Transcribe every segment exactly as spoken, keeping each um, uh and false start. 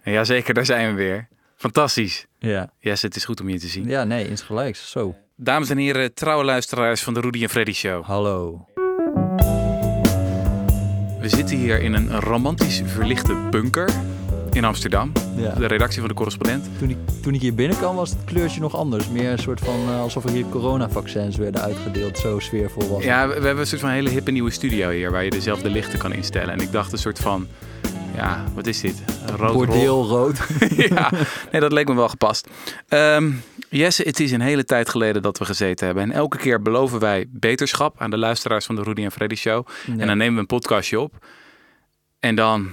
Jazeker, daar zijn we weer. Fantastisch. Ja. Yes, het is goed om je te zien. Ja, nee, insgelijks. Zo. Dames en heren, trouwe luisteraars van de Rudy en Freddy Show. Hallo. We zitten hier in een romantisch verlichte bunker in Amsterdam. Ja. De redactie van de Correspondent. Toen ik, toen ik hier binnenkwam was het kleurtje nog anders. Meer een soort van uh, alsof er hier coronavaccins werden uitgedeeld. Zo sfeervol was het. Ja, we, we hebben een soort van hele hippe nieuwe studio hier waar je dezelfde lichten kan instellen. En ik dacht een soort van, ja, wat is dit? Rood, Bordeel rood. Ja, nee, dat leek me wel gepast. Um, Jesse, het is een hele tijd geleden dat we gezeten hebben. En elke keer beloven wij beterschap aan de luisteraars van de Rudy en Freddy Show. Nee. En dan nemen we een podcastje op. En dan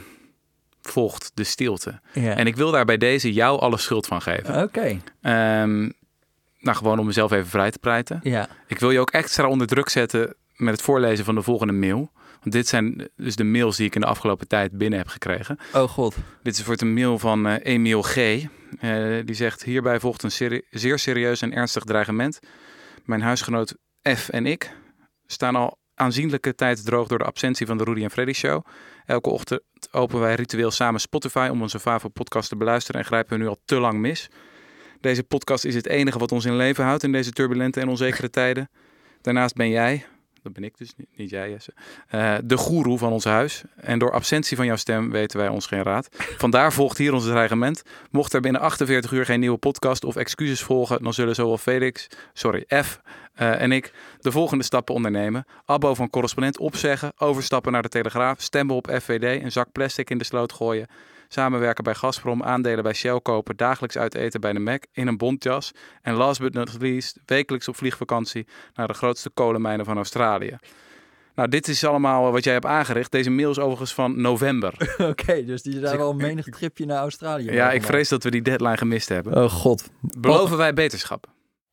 volgt de stilte. Ja. En ik wil daar bij deze jou alle schuld van geven. Oké. Okay. Um, nou, gewoon om mezelf even vrij te pleiten. Ja. Ik wil je ook extra onder druk zetten met het voorlezen van de volgende mail. Want dit zijn dus de mails die ik in de afgelopen tijd binnen heb gekregen. Oh god. Dit is voor een mail van uh, Emiel G. Uh, die zegt, hierbij volgt een seri- zeer serieus en ernstig dreigement. Mijn huisgenoot F en ik staan al aanzienlijke tijd droog door de absentie van de Rudy en Freddy Show. Elke ochtend openen wij ritueel samen Spotify om onze favoriete podcast te beluisteren en grijpen we nu al te lang mis. Deze podcast is het enige wat ons in leven houdt in deze turbulente en onzekere tijden. Daarnaast ben jij, dat ben ik dus, niet, niet jij Jesse, uh, de goeroe van ons huis. En door absentie van jouw stem weten wij ons geen raad. Vandaar volgt hier ons dreigement. Mocht er binnen achtenveertig uur geen nieuwe podcast of excuses volgen, dan zullen zowel Felix, sorry, F uh, en ik de volgende stappen ondernemen. Abo van Correspondent opzeggen, overstappen naar de Telegraaf, stemmen op F V D, een zak plastic in de sloot gooien. Samenwerken bij Gazprom, aandelen bij Shell kopen, dagelijks uiteten bij de Mac in een bontjas. En last but not least, wekelijks op vliegvakantie naar de grootste kolenmijnen van Australië. Nou, dit is allemaal wat jij hebt aangericht. Deze mail is overigens van november. Oké, okay, dus die zijn wel een menig tripje naar Australië. Ja, ik vrees dat we die deadline gemist hebben. Oh god. Beloven oh. wij beterschap?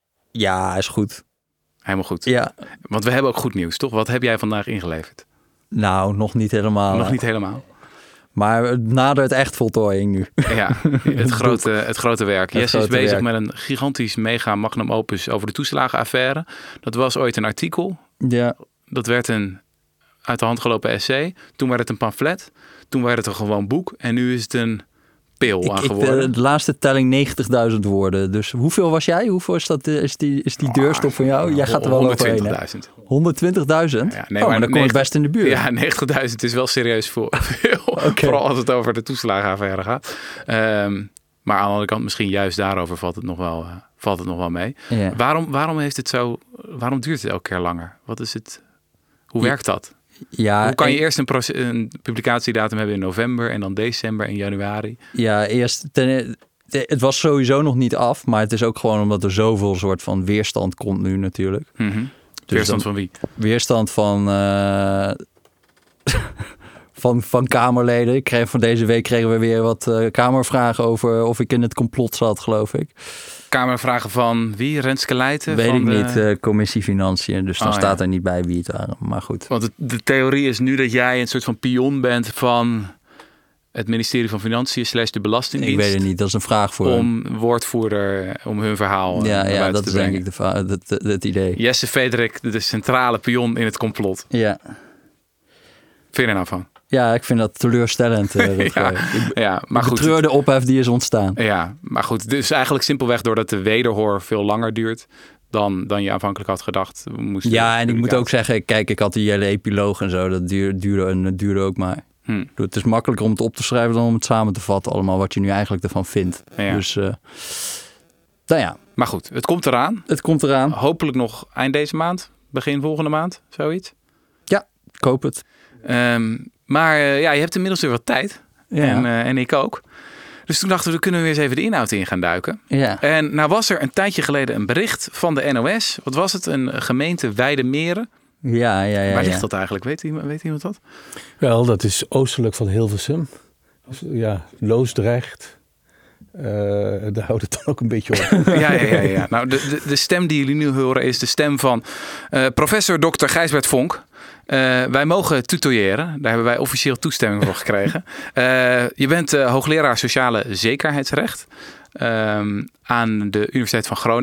Ja, is goed. Helemaal goed. Ja. Want we hebben ook goed nieuws, toch? Wat heb jij vandaag ingeleverd? Nou, nog niet helemaal. Nog hè? niet helemaal. Maar het nadert echt voltooiing nu. Ja, het grote, het grote werk. Het Jesse grote is bezig werk. met een gigantisch mega magnum opus over de toeslagenaffaire. Dat was ooit een artikel. Ja. Dat werd een uit de hand gelopen essay. Toen werd het een pamflet. Toen werd het een gewoon boek. En nu is het een pil ik, aan ik, geworden. De laatste telling negentigduizend woorden. Dus hoeveel was jij? Hoeveel is, dat, is die, is die deurstop van jou? Jij gaat er wel overheen. honderdtwintigduizend. honderdtwintigduizend? Ja, nee, oh, maar dan kom ik best in de buurt. Ja, negentigduizend is wel serieus veel. Okay. Vooral als het over de toeslagenaffaire gaat. Um, maar aan de andere kant, misschien juist daarover valt het nog wel, uh, valt het nog wel mee. Ja. Waarom, waarom heeft het zo? Waarom duurt het elke keer langer? Wat is het? Hoe ja. werkt dat? Ja, Hoe kan je en, eerst een, proce- een publicatiedatum hebben in november en dan december en januari? Ja, eerst ten, ten, het was sowieso nog niet af, maar het is ook gewoon omdat er zoveel soort van weerstand komt nu natuurlijk. Mm-hmm. Dus weerstand dan, van wie? Weerstand van, uh, van, van Kamerleden. Ik kreeg, van deze week kregen we weer wat uh, Kamervragen over of ik in het complot zat, geloof ik. Kamervragen van wie? Renske Leijten? Weet van ik de... niet, uh, commissie Financiën. Dus dan oh, staat ja. er niet bij wie het waren. Maar goed. Want de, de theorie is nu dat jij een soort van pion bent van het ministerie van Financiën slash de Belastingdienst. Ik weet het niet, dat is een vraag voor om woordvoerder, om hun verhaal Ja, ja dat te is brengen. denk ik de va- het, het, het idee. Jesse Frederik, de centrale pion in het complot. Ja. Vind je er nou van? Ja, ik vind dat teleurstellend. Uh, ja, ik, ja, maar goed. Betreurde ophef die is ontstaan. Ja, maar goed. Dus eigenlijk simpelweg doordat de wederhoor veel langer duurt dan, dan je aanvankelijk had gedacht. Moest ja, en ik moet ook zeggen, kijk, ik had die hele epiloog en zo. Dat duurde, duurde, en het duurde ook maar. Hm. Het is makkelijker om het op te schrijven dan om het samen te vatten. Allemaal wat je nu eigenlijk ervan vindt. Ja. Dus, uh, nou ja. Maar goed, het komt eraan. Het komt eraan. Hopelijk nog eind deze maand, begin volgende maand, zoiets. Ja, ik hoop het. Um, maar uh, ja, je hebt inmiddels weer wat tijd. Ja. En, uh, en ik ook. Dus toen dachten we, dan kunnen we weer eens even de inhoud in gaan duiken. Ja. En nou was er een tijdje geleden een bericht van de N O S. Wat was het? Een gemeente Weidemeren. Ja, ja, ja. Waar ligt ja. dat eigenlijk? Weet iemand, weet iemand dat? Wel, dat is oostelijk van Hilversum. Ja, Loosdrecht. Uh, daar houdt het dan ook een beetje op. ja, ja, ja, ja. Nou, de, de, de stem die jullie nu horen is de stem van uh, professor dokter Gijsbert Vonk. Uh, wij mogen tutoyeren. Daar hebben wij officieel toestemming voor gekregen. Uh, je bent uh, hoogleraar sociale zekerheidsrecht uh, aan de Universiteit van Groningen.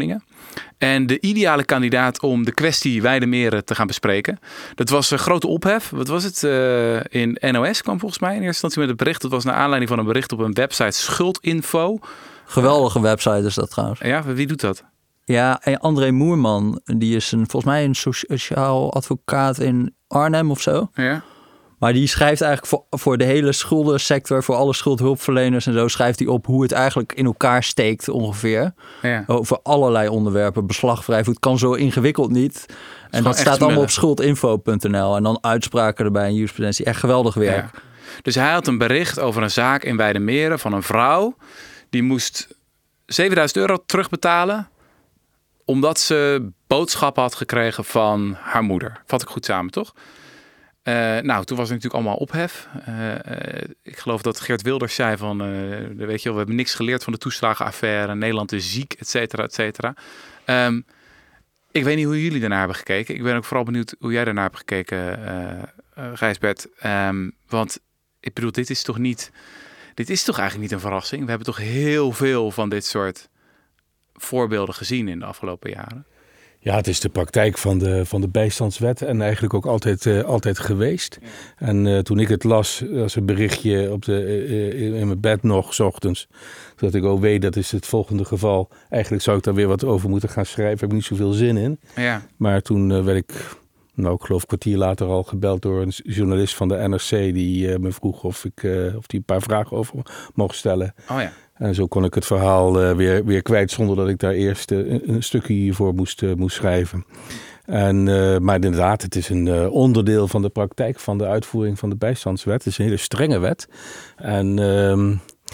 En de ideale kandidaat om de kwestie Weidemeren te gaan bespreken. Dat was een grote ophef. Wat was het? Uh, in N O S kwam volgens mij in eerste instantie met het bericht. Dat was naar aanleiding van een bericht op een website Schuldinfo. Geweldige website is dat trouwens. Ja, wie doet dat? Ja, André Moerman. Die is een, volgens mij een sociaal advocaat in Arnhem of zo. Ja. Maar die schrijft eigenlijk voor, voor de hele schuldensector, voor alle schuldhulpverleners en zo, schrijft hij op hoe het eigenlijk in elkaar steekt ongeveer. Ja. Over allerlei onderwerpen, beslagvrij. Het kan zo ingewikkeld niet. En dat staat allemaal op schuldinfo punt n l. En dan uitspraken erbij en jurisprudentie. Echt geweldig werk. Ja. Dus hij had een bericht over een zaak in Weidemeren van een vrouw. Die moest zevenduizend euro terugbetalen omdat ze boodschappen had gekregen van haar moeder. Vat ik goed samen, toch? Uh, nou, toen was er natuurlijk allemaal ophef. Uh, uh, ik geloof dat Geert Wilders zei van, uh, weet je wel, we hebben niks geleerd van de toeslagenaffaire. Nederland is ziek, et cetera, et cetera. Um, ik weet niet hoe jullie daarnaar hebben gekeken. Ik ben ook vooral benieuwd hoe jij daarnaar hebt gekeken, uh, uh, Gijsbert. Um, want ik bedoel, dit is toch niet, dit is toch eigenlijk niet een verrassing? We hebben toch heel veel van dit soort voorbeelden gezien in de afgelopen jaren. Ja, het is de praktijk van de, van de bijstandswet en eigenlijk ook altijd, uh, altijd geweest. Ja. En uh, toen ik het las, als een berichtje op de, uh, in mijn bed nog, 's ochtends. Dat ik, oh wee, dat is het volgende geval. Eigenlijk zou ik daar weer wat over moeten gaan schrijven. Daar heb ik niet zoveel zin in. Ja. Maar toen uh, werd ik, nou ik geloof een kwartier later al gebeld door een journalist van de N R C. Die uh, me vroeg of ik uh, of die een paar vragen over mocht stellen. Oh ja. En zo kon ik het verhaal uh, weer, weer kwijt zonder dat ik daar eerst uh, een, een stukje hiervoor moest, uh, moest schrijven. En, uh, maar inderdaad, het is een uh, onderdeel van de praktijk van de uitvoering van de bijstandswet. Het is een hele strenge wet. En uh,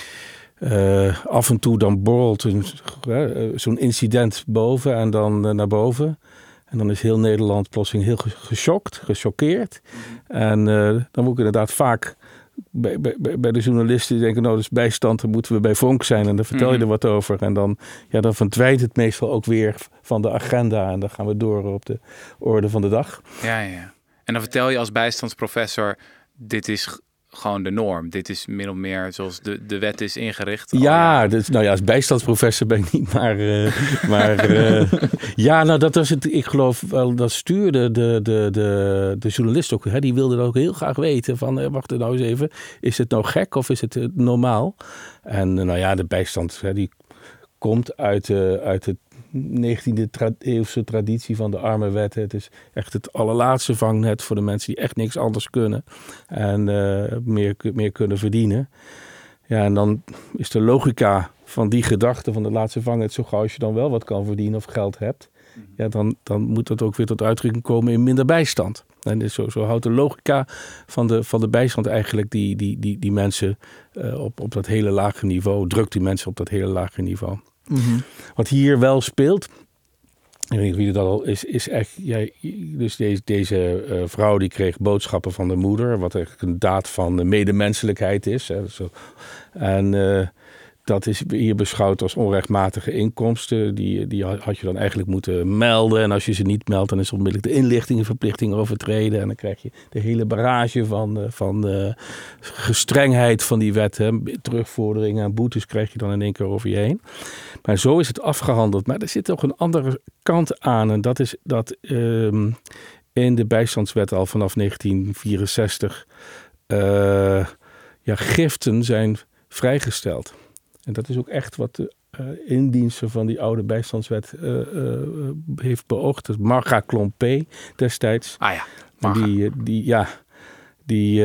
uh, af en toe dan borrelt een, uh, zo'n incident boven en dan uh, naar boven. En dan is heel Nederland plotseling heel geschokt, gechoqueerd. Mm-hmm. En uh, dan moet ik inderdaad vaak Bij, bij, bij de journalisten die denken, nou, dat is bijstand, dan moeten we bij Vonk zijn en dan vertel je er wat over. En dan, ja, dan verdwijnt het meestal ook weer van de agenda en dan gaan we door op de orde van de dag. Ja, ja. En dan vertel je als bijstandsprofessor, dit is gewoon de norm. Dit is min of meer zoals de, de wet is ingericht. Ja, dus, nou ja, als bijstandsprofessor ben ik niet, maar... Uh, maar uh, ja, nou dat was het, ik geloof wel, dat stuurde de, de, de, de journalist ook. Hè, die wilde ook heel graag weten van, uh, wacht er nou eens even. Is het nou gek of is het uh, normaal? En uh, nou ja, de bijstand, hè, die komt uit, uh, uit de negentiende tra- eeuwse traditie van de armenwetten. Het is echt het allerlaatste vangnet voor de mensen die echt niks anders kunnen. En uh, meer, meer kunnen verdienen. Ja, en dan is de logica van die gedachte van de laatste vangnet, zo gauw als je dan wel wat kan verdienen of geld hebt, ja, dan, dan moet dat ook weer tot uitdrukking komen in minder bijstand. En dus zo, zo houdt de logica van de, van de bijstand eigenlijk die, die, die, die mensen uh, op, op dat hele lage niveau, drukt die mensen op dat hele lage niveau. Mm-hmm. Wat hier wel speelt, ik weet niet wie dat al is, is echt, ja, dus deze, deze uh, vrouw die kreeg boodschappen van de moeder, wat eigenlijk een daad van medemenselijkheid is. Hè, zo. En uh, dat is hier beschouwd als onrechtmatige inkomsten. Die, die had je dan eigenlijk moeten melden. En als je ze niet meldt, dan is onmiddellijk de inlichtingenverplichting overtreden. En dan krijg je de hele barrage van, van de gestrengheid van die wet. Hè. Terugvorderingen en boetes krijg je dan in één keer over je heen. Maar zo is het afgehandeld. Maar er zit ook een andere kant aan. En dat is dat um, in de bijstandswet al vanaf negentien vierenzestig uh, ja, giften zijn vrijgesteld. En dat is ook echt wat de uh, indienster van die oude bijstandswet uh, uh, heeft beoogd. Dat Marga Klompé destijds. Ah ja, Marga. Die, die, ja, die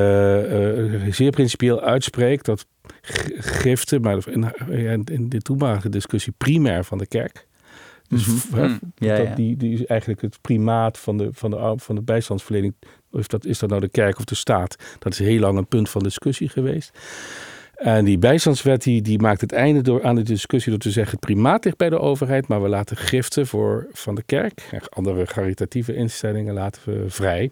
uh, uh, zeer principieel uitspreekt dat giften, maar in, in de toenmalige discussie primair van de kerk. Dus mm-hmm. hè, mm. ja, dat, ja. Die, die is eigenlijk het primaat van de, van de, van de bijstandsverlening. Of dat, is dat nou de kerk of de staat? Dat is heel lang een punt van discussie geweest. En die bijstandswet die, die maakt het einde door, aan de discussie door te zeggen, het primaat ligt bij de overheid, maar we laten giften voor, van de kerk en andere caritatieve instellingen laten we vrij.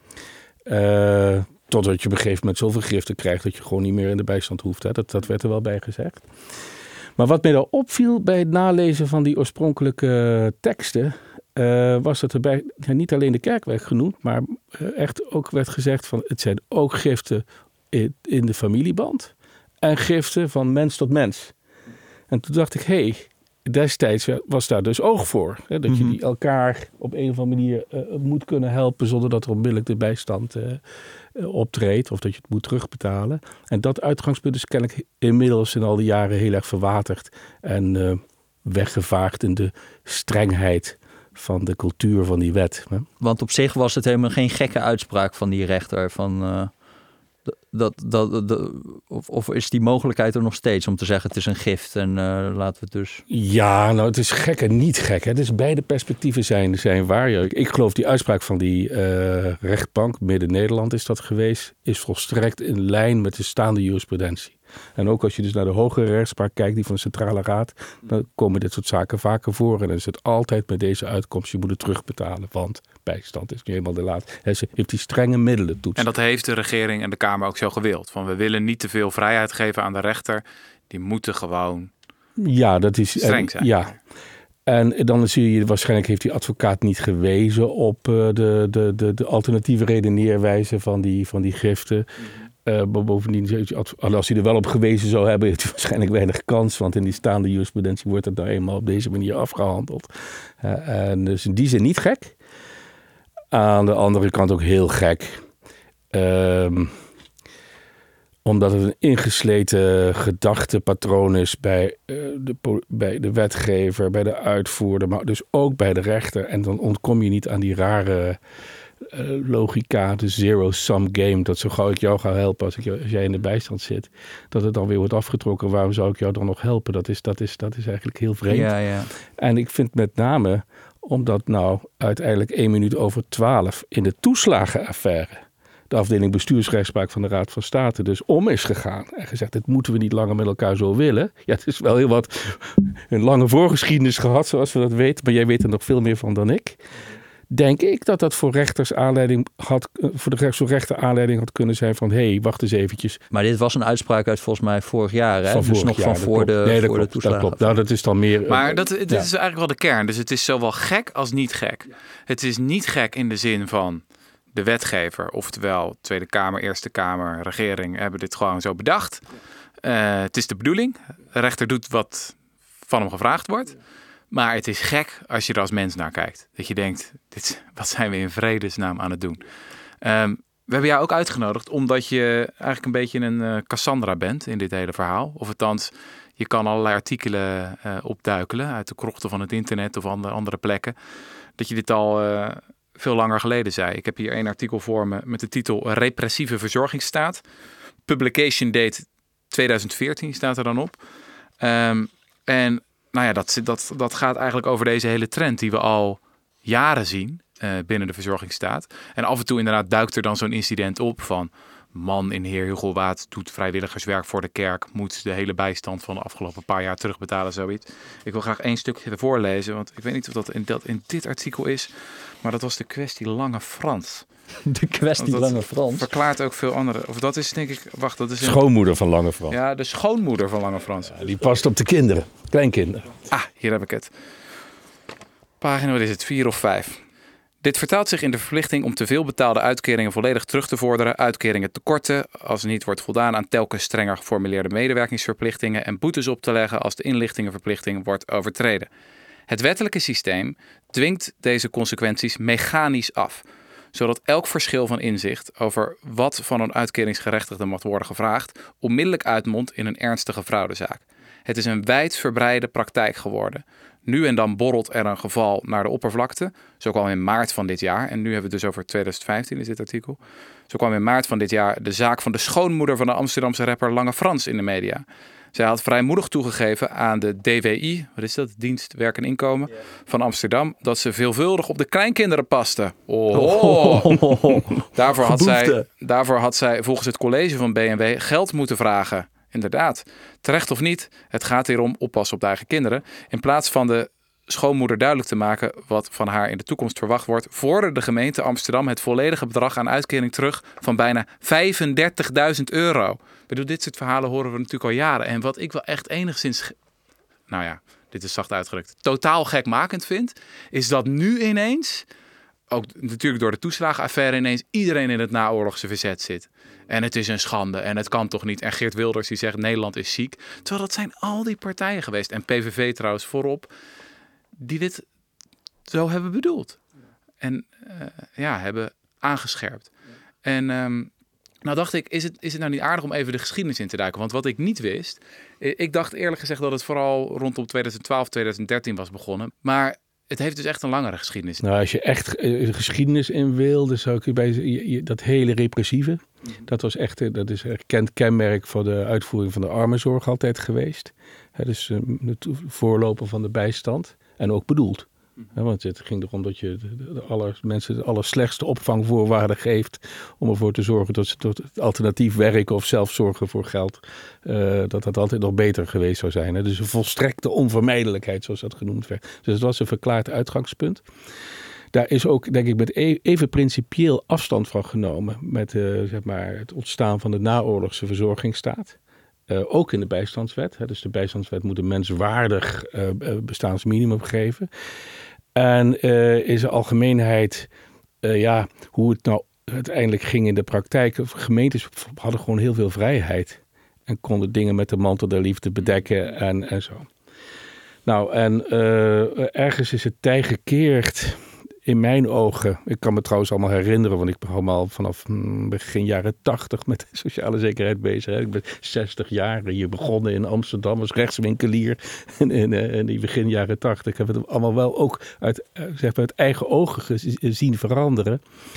Uh, totdat je op een gegeven moment zoveel giften krijgt dat je gewoon niet meer in de bijstand hoeft. Hè. Dat, dat werd er wel bij gezegd. Maar wat mij daar opviel bij het nalezen van die oorspronkelijke teksten, uh, was dat erbij ja, niet alleen de kerk werd genoemd, maar uh, echt ook werd gezegd van het zijn ook giften in, in de familieband. En giften van mens tot mens. En toen dacht ik, hé, hey, destijds was daar dus oog voor. Hè, dat mm-hmm. je die elkaar op een of andere manier uh, moet kunnen helpen zonder dat er onmiddellijk de bijstand uh, uh, optreedt of dat je het moet terugbetalen. En dat uitgangspunt is kennelijk inmiddels in al die jaren heel erg verwaterd en uh, weggevaagd in de strengheid van de cultuur van die wet. Hè. Want op zich was het helemaal geen gekke uitspraak van die rechter van... Uh... Dat, dat, dat, dat, of, of is die mogelijkheid er nog steeds om te zeggen het is een gift en uh, laten we het dus... Ja, nou het is gek en niet gek. Hè. Het is beide perspectieven zijn, zijn waar. Ik geloof die uitspraak van die uh, rechtbank, Midden-Nederland is dat geweest, is volstrekt in lijn met de staande jurisprudentie. En ook als je dus naar de hogere rechtspraak kijkt, die van de Centrale Raad, dan komen dit soort zaken vaker voor. En dan is het altijd met deze uitkomst, je moet het terugbetalen, want bijstand is nu eenmaal de laat. Hij heeft die strenge middelen toets. En dat heeft de regering en de Kamer ook zo gewild. Van we willen niet te veel vrijheid geven aan de rechter. Die moeten gewoon ja, dat is, streng zijn. En, ja. En dan zie je, waarschijnlijk heeft die advocaat niet gewezen op uh, de, de, de, de alternatieve redeneerwijze van die, van die giften. Mm-hmm. Uh, bovendien, als hij er wel op gewezen zou hebben, heeft hij waarschijnlijk weinig kans. Want in die staande jurisprudentie wordt het nou eenmaal op deze manier afgehandeld. Uh, en dus in die zin niet gek. Aan de andere kant ook heel gek. Um, omdat het een ingesleten gedachtepatroon is bij, uh, de, bij de wetgever, bij de uitvoerder, maar dus ook bij de rechter. En dan ontkom je niet aan die rare... Uh, logica, de zero-sum game, dat zo gauw ik jou ga helpen als, ik, als jij in de bijstand zit, dat het dan weer wordt afgetrokken. Waarom zou ik jou dan nog helpen? Dat is, dat is, dat is eigenlijk heel vreemd. Ja, ja. En ik vind met name, omdat nou uiteindelijk één minuut over twaalf in de toeslagenaffaire de afdeling bestuursrechtspraak van de Raad van State dus om is gegaan en gezegd, dit moeten we niet langer met elkaar zo willen. Ja, het is wel heel wat een lange voorgeschiedenis gehad, zoals we dat weten, maar jij weet er nog veel meer van dan ik. Denk ik dat dat voor rechters aanleiding had, voor de rechts, rechter aanleiding had kunnen zijn van, hé, hey, wacht eens eventjes. Maar dit was een uitspraak uit volgens mij vorig jaar, hè? Van dus vorig nog jaar, van voor de, nee, voor klopt, de toeslagen. Dat klopt. Nou, dat is dan meer. Maar dat, dit ja. is eigenlijk wel de kern. Dus het is zowel gek als niet gek. Het is niet gek in de zin van de wetgever, oftewel Tweede Kamer, Eerste Kamer, regering hebben dit gewoon zo bedacht. Uh, het is de bedoeling. De rechter doet wat van hem gevraagd wordt. Maar het is gek als je er als mens naar kijkt. Dat je denkt, dit, wat zijn we in vredesnaam aan het doen? Um, we hebben jou ook uitgenodigd omdat je eigenlijk een beetje een uh, Cassandra bent in dit hele verhaal. Of althans, je kan allerlei artikelen uh, opduikelen uit de krochten van het internet of andere, andere plekken. Dat je dit al uh, veel langer geleden zei. Ik heb hier één artikel voor me met de titel Repressieve verzorgingsstaat. Publication date tweeduizend veertien staat er dan op. Um, en nou ja, dat, dat, dat gaat eigenlijk over deze hele trend die we al jaren zien uh, binnen de verzorgingsstaat. En af en toe inderdaad duikt er dan zo'n incident op van man in Heer Hugo Waard doet vrijwilligerswerk voor de kerk, moet de hele bijstand van de afgelopen paar jaar terugbetalen, zoiets. Ik wil graag één stukje ervoor lezen, want ik weet niet of dat in, dat in dit artikel is, maar dat was de kwestie Lange Frans. De kwestie Lange Frans. Verklaart ook veel andere. Of dat is denk ik. Wacht, dat is een... Schoonmoeder van Lange Frans. Ja, de schoonmoeder van Lange Frans. Ja, die past op de kinderen, kleinkinderen. Ah, hier heb ik het. Pagina, wat is het? Vier of vijf. Dit vertaalt zich in de verplichting om te veel betaalde uitkeringen volledig terug te vorderen, uitkeringen tekorten als er niet wordt voldaan aan telkens strenger geformuleerde medewerkingsverplichtingen en boetes op te leggen als de inlichtingenverplichting wordt overtreden. Het wettelijke systeem dwingt deze consequenties mechanisch af, zodat elk verschil van inzicht over wat van een uitkeringsgerechtigde mag worden gevraagd onmiddellijk uitmondt in een ernstige fraudezaak. Het is een wijdverbreide praktijk geworden. Nu en dan borrelt er een geval naar de oppervlakte. Zo kwam in maart van dit jaar, en nu hebben we het dus over tweeduizend vijftien is dit artikel. Zo kwam in maart van dit jaar de zaak van de schoonmoeder van de Amsterdamse rapper Lange Frans in de media. Zij had vrijmoedig toegegeven aan de D W I, wat is dat, Dienst Werk en Inkomen, yeah. van Amsterdam, dat ze veelvuldig op de kleinkinderen paste. Oh. Oh. Daarvoor, had zij, daarvoor had zij volgens het college van B N W geld moeten vragen. Inderdaad, terecht of niet, het gaat hier om oppassen op de eigen kinderen. In plaats van de schoonmoeder duidelijk te maken wat van haar in de toekomst verwacht wordt, vorderde de gemeente Amsterdam het volledige bedrag aan uitkering terug van bijna vijfendertigduizend euro. Ik bedoel, dit soort verhalen horen we natuurlijk al jaren. En wat ik wel echt enigszins, nou ja, dit is zacht uitgedrukt, totaal gekmakend vind, is dat nu ineens ook natuurlijk door de toeslagenaffaire ineens iedereen in het naoorlogse verzet zit. En het is een schande en het kan toch niet. En Geert Wilders die zegt Nederland is ziek. Terwijl dat zijn al die partijen geweest. En P V V trouwens voorop. Die dit zo hebben bedoeld. En uh, ja, hebben aangescherpt. En um, nou dacht ik, is het, is het nou niet aardig om even de geschiedenis in te duiken? Want wat ik niet wist. Ik dacht eerlijk gezegd dat het vooral rondom twintig twaalf, twintig dertien was begonnen. Maar het heeft dus echt een langere geschiedenis. Nou, als je echt uh, geschiedenis in wil, dan zou ik bij je, je, dat hele repressieve. Mm-hmm. Dat was echt, dat is een erkend kenmerk voor de uitvoering van de armenzorg altijd geweest. He, dus uh, het voorloper van de bijstand. En ook bedoeld. Mm-hmm. He, want het ging erom dat je de, de aller, mensen de allerslechtste opvangvoorwaarden geeft. Om ervoor te zorgen dat ze tot alternatief werken of zelf zorgen voor geld. Uh, dat dat altijd nog beter geweest zou zijn. He. Dus een volstrekte onvermijdelijkheid, zoals dat genoemd werd. Dus het was een verklaard uitgangspunt. Daar is ook, denk ik, met even principieel afstand van genomen. Met uh, zeg maar het ontstaan van de naoorlogse verzorgingsstaat. Uh, ook in de bijstandswet. Hè. Dus de bijstandswet moet een menswaardig uh, bestaansminimum geven. En uh, in zijn algemeenheid, uh, ja, hoe het nou uiteindelijk ging in de praktijk. Gemeentes hadden gewoon heel veel vrijheid. En konden dingen met de mantel der liefde bedekken en, en zo. Nou, en uh, ergens is het tij gekeerd. In mijn ogen, ik kan me trouwens allemaal herinneren, want ik ben al vanaf begin jaren tachtig met de sociale zekerheid bezig. Hè. Ik ben zestig jaar hier begonnen in Amsterdam als rechtswinkelier in, in, in die begin jaren tachtig. Ik heb het allemaal wel ook uit, zeg maar, uit eigen ogen zien veranderen.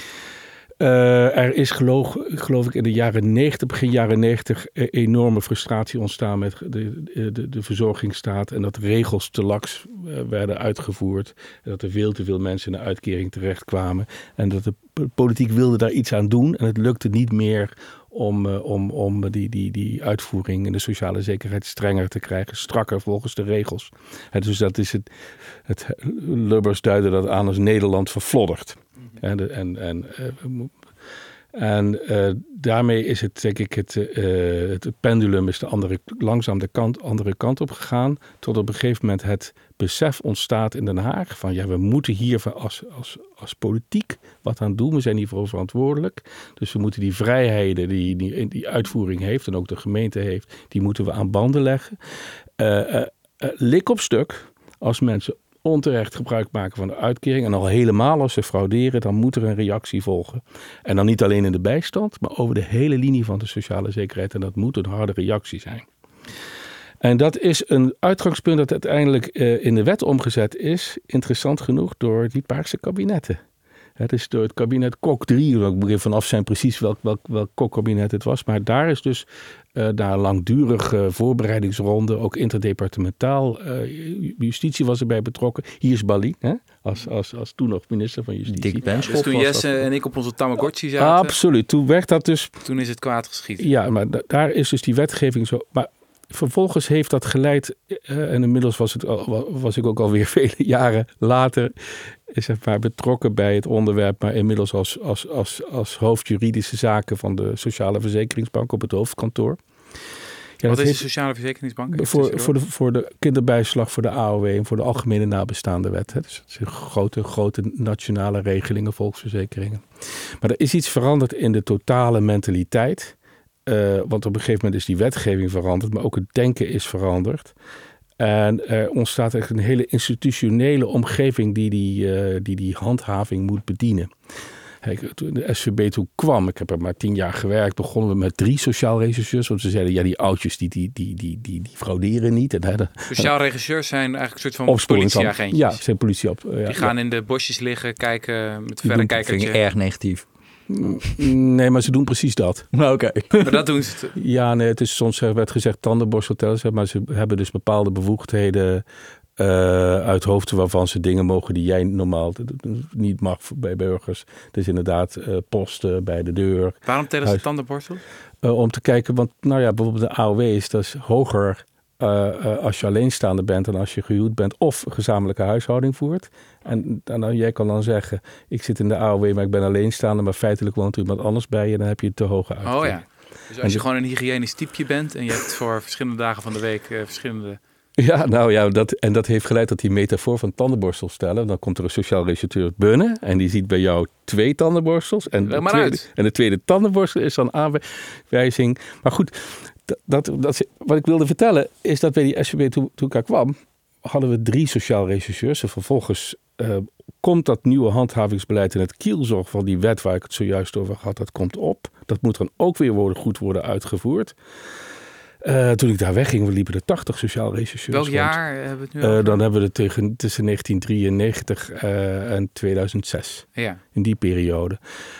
Uh, er is geloof, geloof ik in de jaren negentig, begin jaren negentig, enorme frustratie ontstaan met de, de, de verzorgingsstaat. En dat regels te laks uh, werden uitgevoerd. En dat er veel te veel mensen in de uitkering terechtkwamen. En dat de politiek wilde daar iets aan doen. En het lukte niet meer om, uh, om, om die, die, die uitvoering in de sociale zekerheid strenger te krijgen. Strakker volgens de regels. En dus dat is het, het Lubbers duidde dat aan als Nederland verflodderd. En, en, en, en uh, daarmee is het, denk ik, het, uh, het pendulum is de andere, langzaam de kant, andere kant op gegaan. Tot op een gegeven moment het besef ontstaat in Den Haag van ja, we moeten hier als, als, als politiek wat aan doen. We zijn hiervoor verantwoordelijk. Dus we moeten die vrijheden die die, die uitvoering heeft en ook de gemeente heeft, die moeten we aan banden leggen. Uh, uh, uh, lik op stuk als mensen onterecht gebruik maken van de uitkering. En al helemaal als ze frauderen, dan moet er een reactie volgen. En dan niet alleen in de bijstand, maar over de hele linie van de sociale zekerheid. En dat moet een harde reactie zijn. En dat is een uitgangspunt dat uiteindelijk uh, in de wet omgezet is, interessant genoeg, door die Paarse kabinetten. Het is door het kabinet Kok drie, ik moet even vanaf zijn precies welk, welk, welk Kok-kabinet het was. Maar daar is dus uh, na een langdurige voorbereidingsronde, ook interdepartementaal, uh, justitie was erbij betrokken. Hier is Bali, hè? Als, als, als toen nog minister van Justitie. Dick Benschop. Dus toen Jesse dat... en ik op onze Tamagotchi zaten. Absoluut, toen werd dat dus... Toen is het kwaad geschieden. Ja, maar da- daar is dus die wetgeving zo... Maar vervolgens heeft dat geleid, uh, en inmiddels was, het al, was ik ook alweer vele jaren later, is het maar betrokken bij het onderwerp, maar inmiddels als, als, als, als hoofd juridische zaken van de Sociale Verzekeringsbank op het hoofdkantoor. Ja, Wat is heeft, de Sociale Verzekeringsbank? Voor, voor, de, voor de kinderbijslag, voor de A O W en voor de algemene nabestaande wet. Hè. Dus het zijn grote, grote nationale regelingen, volksverzekeringen. Maar er is iets veranderd in de totale mentaliteit. Uh, want op een gegeven moment is die wetgeving veranderd, maar ook het denken is veranderd. En er ontstaat echt een hele institutionele omgeving die die, uh, die, die handhaving moet bedienen. Kijk, toen de S V B toen kwam, ik heb er maar tien jaar gewerkt, begonnen we met drie sociaal regisseurs. Want ze zeiden, ja, die oudjes die, die, die, die, die, die frauderen niet. En, hè, de, sociaal regisseurs zijn eigenlijk een soort van politieagentjes. Ja, zijn politie op. Uh, die ja, gaan ja. in de bosjes liggen, kijken met verrekijkertje. Dat vind ik erg negatief. Nee, maar ze doen precies dat. Oké. Okay. Maar dat doen ze. Te... Ja, nee, het is soms werd gezegd tandenborsteltellers, maar ze hebben dus bepaalde bevoegdheden uh, uit hoofden waarvan ze dingen mogen die jij normaal niet mag bij burgers. Dus inderdaad uh, posten bij de deur. Waarom tellen ze tandenborstel? Uh, om te kijken, want nou ja, bijvoorbeeld de A O W is dat is hoger Uh, uh, als je alleenstaande bent dan als je gehuwd bent of gezamenlijke huishouding voert. En, en dan, jij kan dan zeggen, ik zit in de A O W, maar ik ben alleenstaande, maar feitelijk woont er iemand anders bij je, dan heb je te hoge uitkering. Oh ja. Dus als je en gewoon een hygiënisch typeje bent en je hebt voor verschillende dagen van de week uh, verschillende Ja, nou ja, dat, en dat heeft geleid tot die metafoor van tandenborstel stellen. Dan komt er een sociaal rechercheur binnen en die ziet bij jou twee tandenborstels. En, de tweede, en de tweede tandenborstel is dan aanwijzing. Maar goed, dat, dat, dat, wat ik wilde vertellen is dat bij die S V B toen, toen ik daar kwam, hadden we drie sociaal rechercheurs. En vervolgens uh, komt dat nieuwe handhavingsbeleid in het kielzog van die wet waar ik het zojuist over had, dat komt op. Dat moet dan ook weer worden, goed worden uitgevoerd. Uh, toen ik daar wegging, we liepen er tachtig sociaal rechercheurs. Welk rond. jaar hebben we het nu uh, over? Dan hebben we het tegen, tussen negentien drieënnegentig uh, en tweeduizend zes. Ja. In die periode.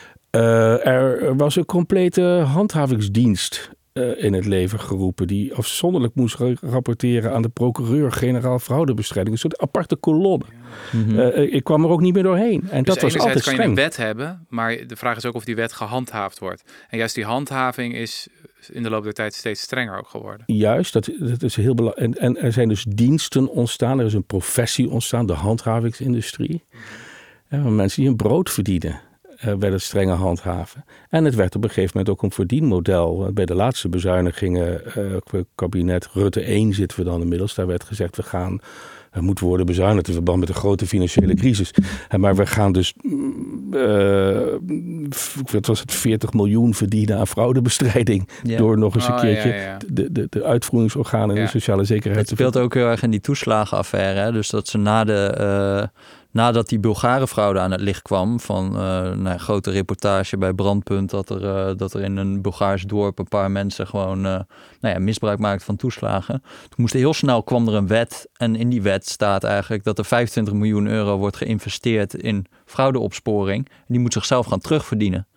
Uh, er was een complete handhavingsdienst uh, in het leven geroepen. Die afzonderlijk moest rapporteren aan de procureur-generaal fraudebestrijding. Een soort aparte kolonne. Ja. Mm-hmm. Uh, ik kwam er ook niet meer doorheen. En dus dat was altijd kan streng. je een wet hebben, maar de vraag is ook of die wet gehandhaafd wordt. En juist die handhaving is in de loop der tijd steeds strenger ook geworden. Juist, dat, dat is heel belangrijk. En, en er zijn dus diensten ontstaan. Er is een professie ontstaan, de handhavingsindustrie. Mm-hmm. En mensen die hun brood verdienen, uh, werden strenge handhaven. En het werd op een gegeven moment ook een verdienmodel. Bij de laatste bezuinigingen, uh, kabinet Rutte één zitten we dan inmiddels. Daar werd gezegd, we gaan... Er moet worden bezuinigd in verband met de grote financiële crisis. Maar we gaan dus, uh, wat was het, veertig miljoen verdienen aan fraudebestrijding. Ja. Door nog eens een oh, keertje ja, ja. De, de, de uitvoeringsorganen en ja. de sociale zekerheid. Het speelt ook heel erg in die toeslagenaffaire. Hè? Dus dat ze na de... Uh, Nadat die Bulgarenfraude aan het licht kwam, van uh, nou, grote reportage bij Brandpunt, dat er, uh, dat er in een Bulgaars dorp een paar mensen gewoon uh, nou ja, misbruik maakten van toeslagen. Toen moest heel snel kwam er een wet en in die wet staat eigenlijk dat er vijfentwintig miljoen euro wordt geïnvesteerd in fraudeopsporing. En die moet zichzelf gaan terugverdienen.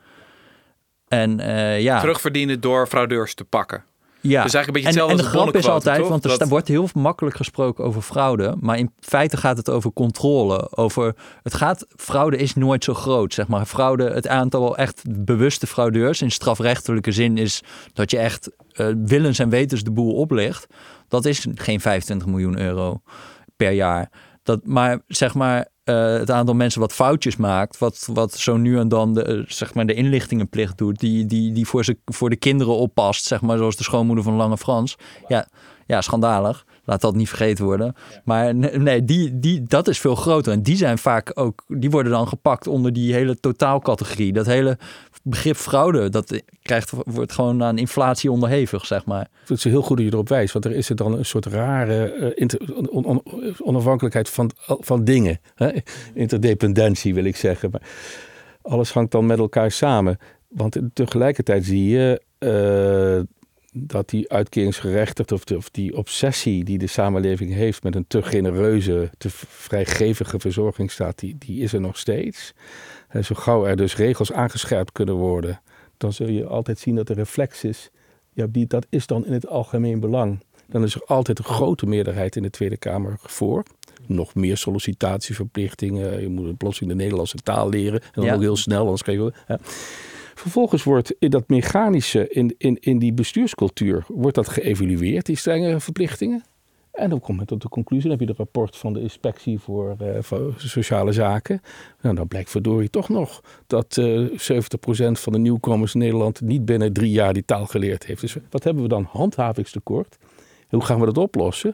En, uh, ja. Terugverdienen door fraudeurs te pakken. Ja, dus eigenlijk een beetje en, en de grap is altijd, toch? want er dat... wordt heel makkelijk gesproken over fraude, maar in feite gaat het over controle. Over, het gaat, fraude is nooit zo groot, zeg maar. Fraude, het aantal echt bewuste fraudeurs in strafrechtelijke zin is dat je echt uh, willens en wetens de boel oplicht. Dat is geen vijfentwintig miljoen euro per jaar. Dat, maar zeg maar, uh, het aantal mensen wat foutjes maakt, wat, wat zo nu en dan de, uh, zeg maar de inlichtingenplicht doet, die, die, die voor, ze, voor de kinderen oppast, zeg maar, zoals de schoonmoeder van Lange Frans. Ja, ja, schandalig. Laat dat niet vergeten worden. Maar nee, die, die, dat is veel groter. En die zijn vaak ook, die worden dan gepakt onder die hele totaalcategorie. Dat hele begrip fraude, dat krijgt, wordt gewoon aan inflatie onderhevig, zeg maar. Het is heel goed dat je erop wijst, want er is er dan een soort rare uh, inter, on, on, onafhankelijkheid van, van dingen. Hè? Interdependentie wil ik zeggen. Maar alles hangt dan met elkaar samen. Want tegelijkertijd zie je uh, dat die uitkeringsgerechtigde of, of die obsessie die de samenleving heeft met een te genereuze, te vrijgevige verzorgingsstaat, die, die is er nog steeds. En zo gauw er dus regels aangescherpt kunnen worden, dan zul je altijd zien dat er reflex is. Ja, die, dat is dan in het algemeen belang. Dan is er altijd een grote meerderheid in de Tweede Kamer voor. Nog meer sollicitatieverplichtingen. Je moet plotseling de Nederlandse taal leren. En dan ja. ook heel snel, anders krijg je... Ja. Vervolgens wordt in dat mechanische, in, in, in die bestuurscultuur, wordt dat geëvalueerd, die strenge verplichtingen. En dan komt men tot de conclusie, dan heb je het rapport van de inspectie voor, uh, voor sociale zaken. Nou, dan blijkt verdorie toch nog dat uh, zeventig procent van de nieuwkomers in Nederland niet binnen drie jaar die taal geleerd heeft. Dus wat hebben we dan? Handhavingstekort. Hoe gaan we dat oplossen?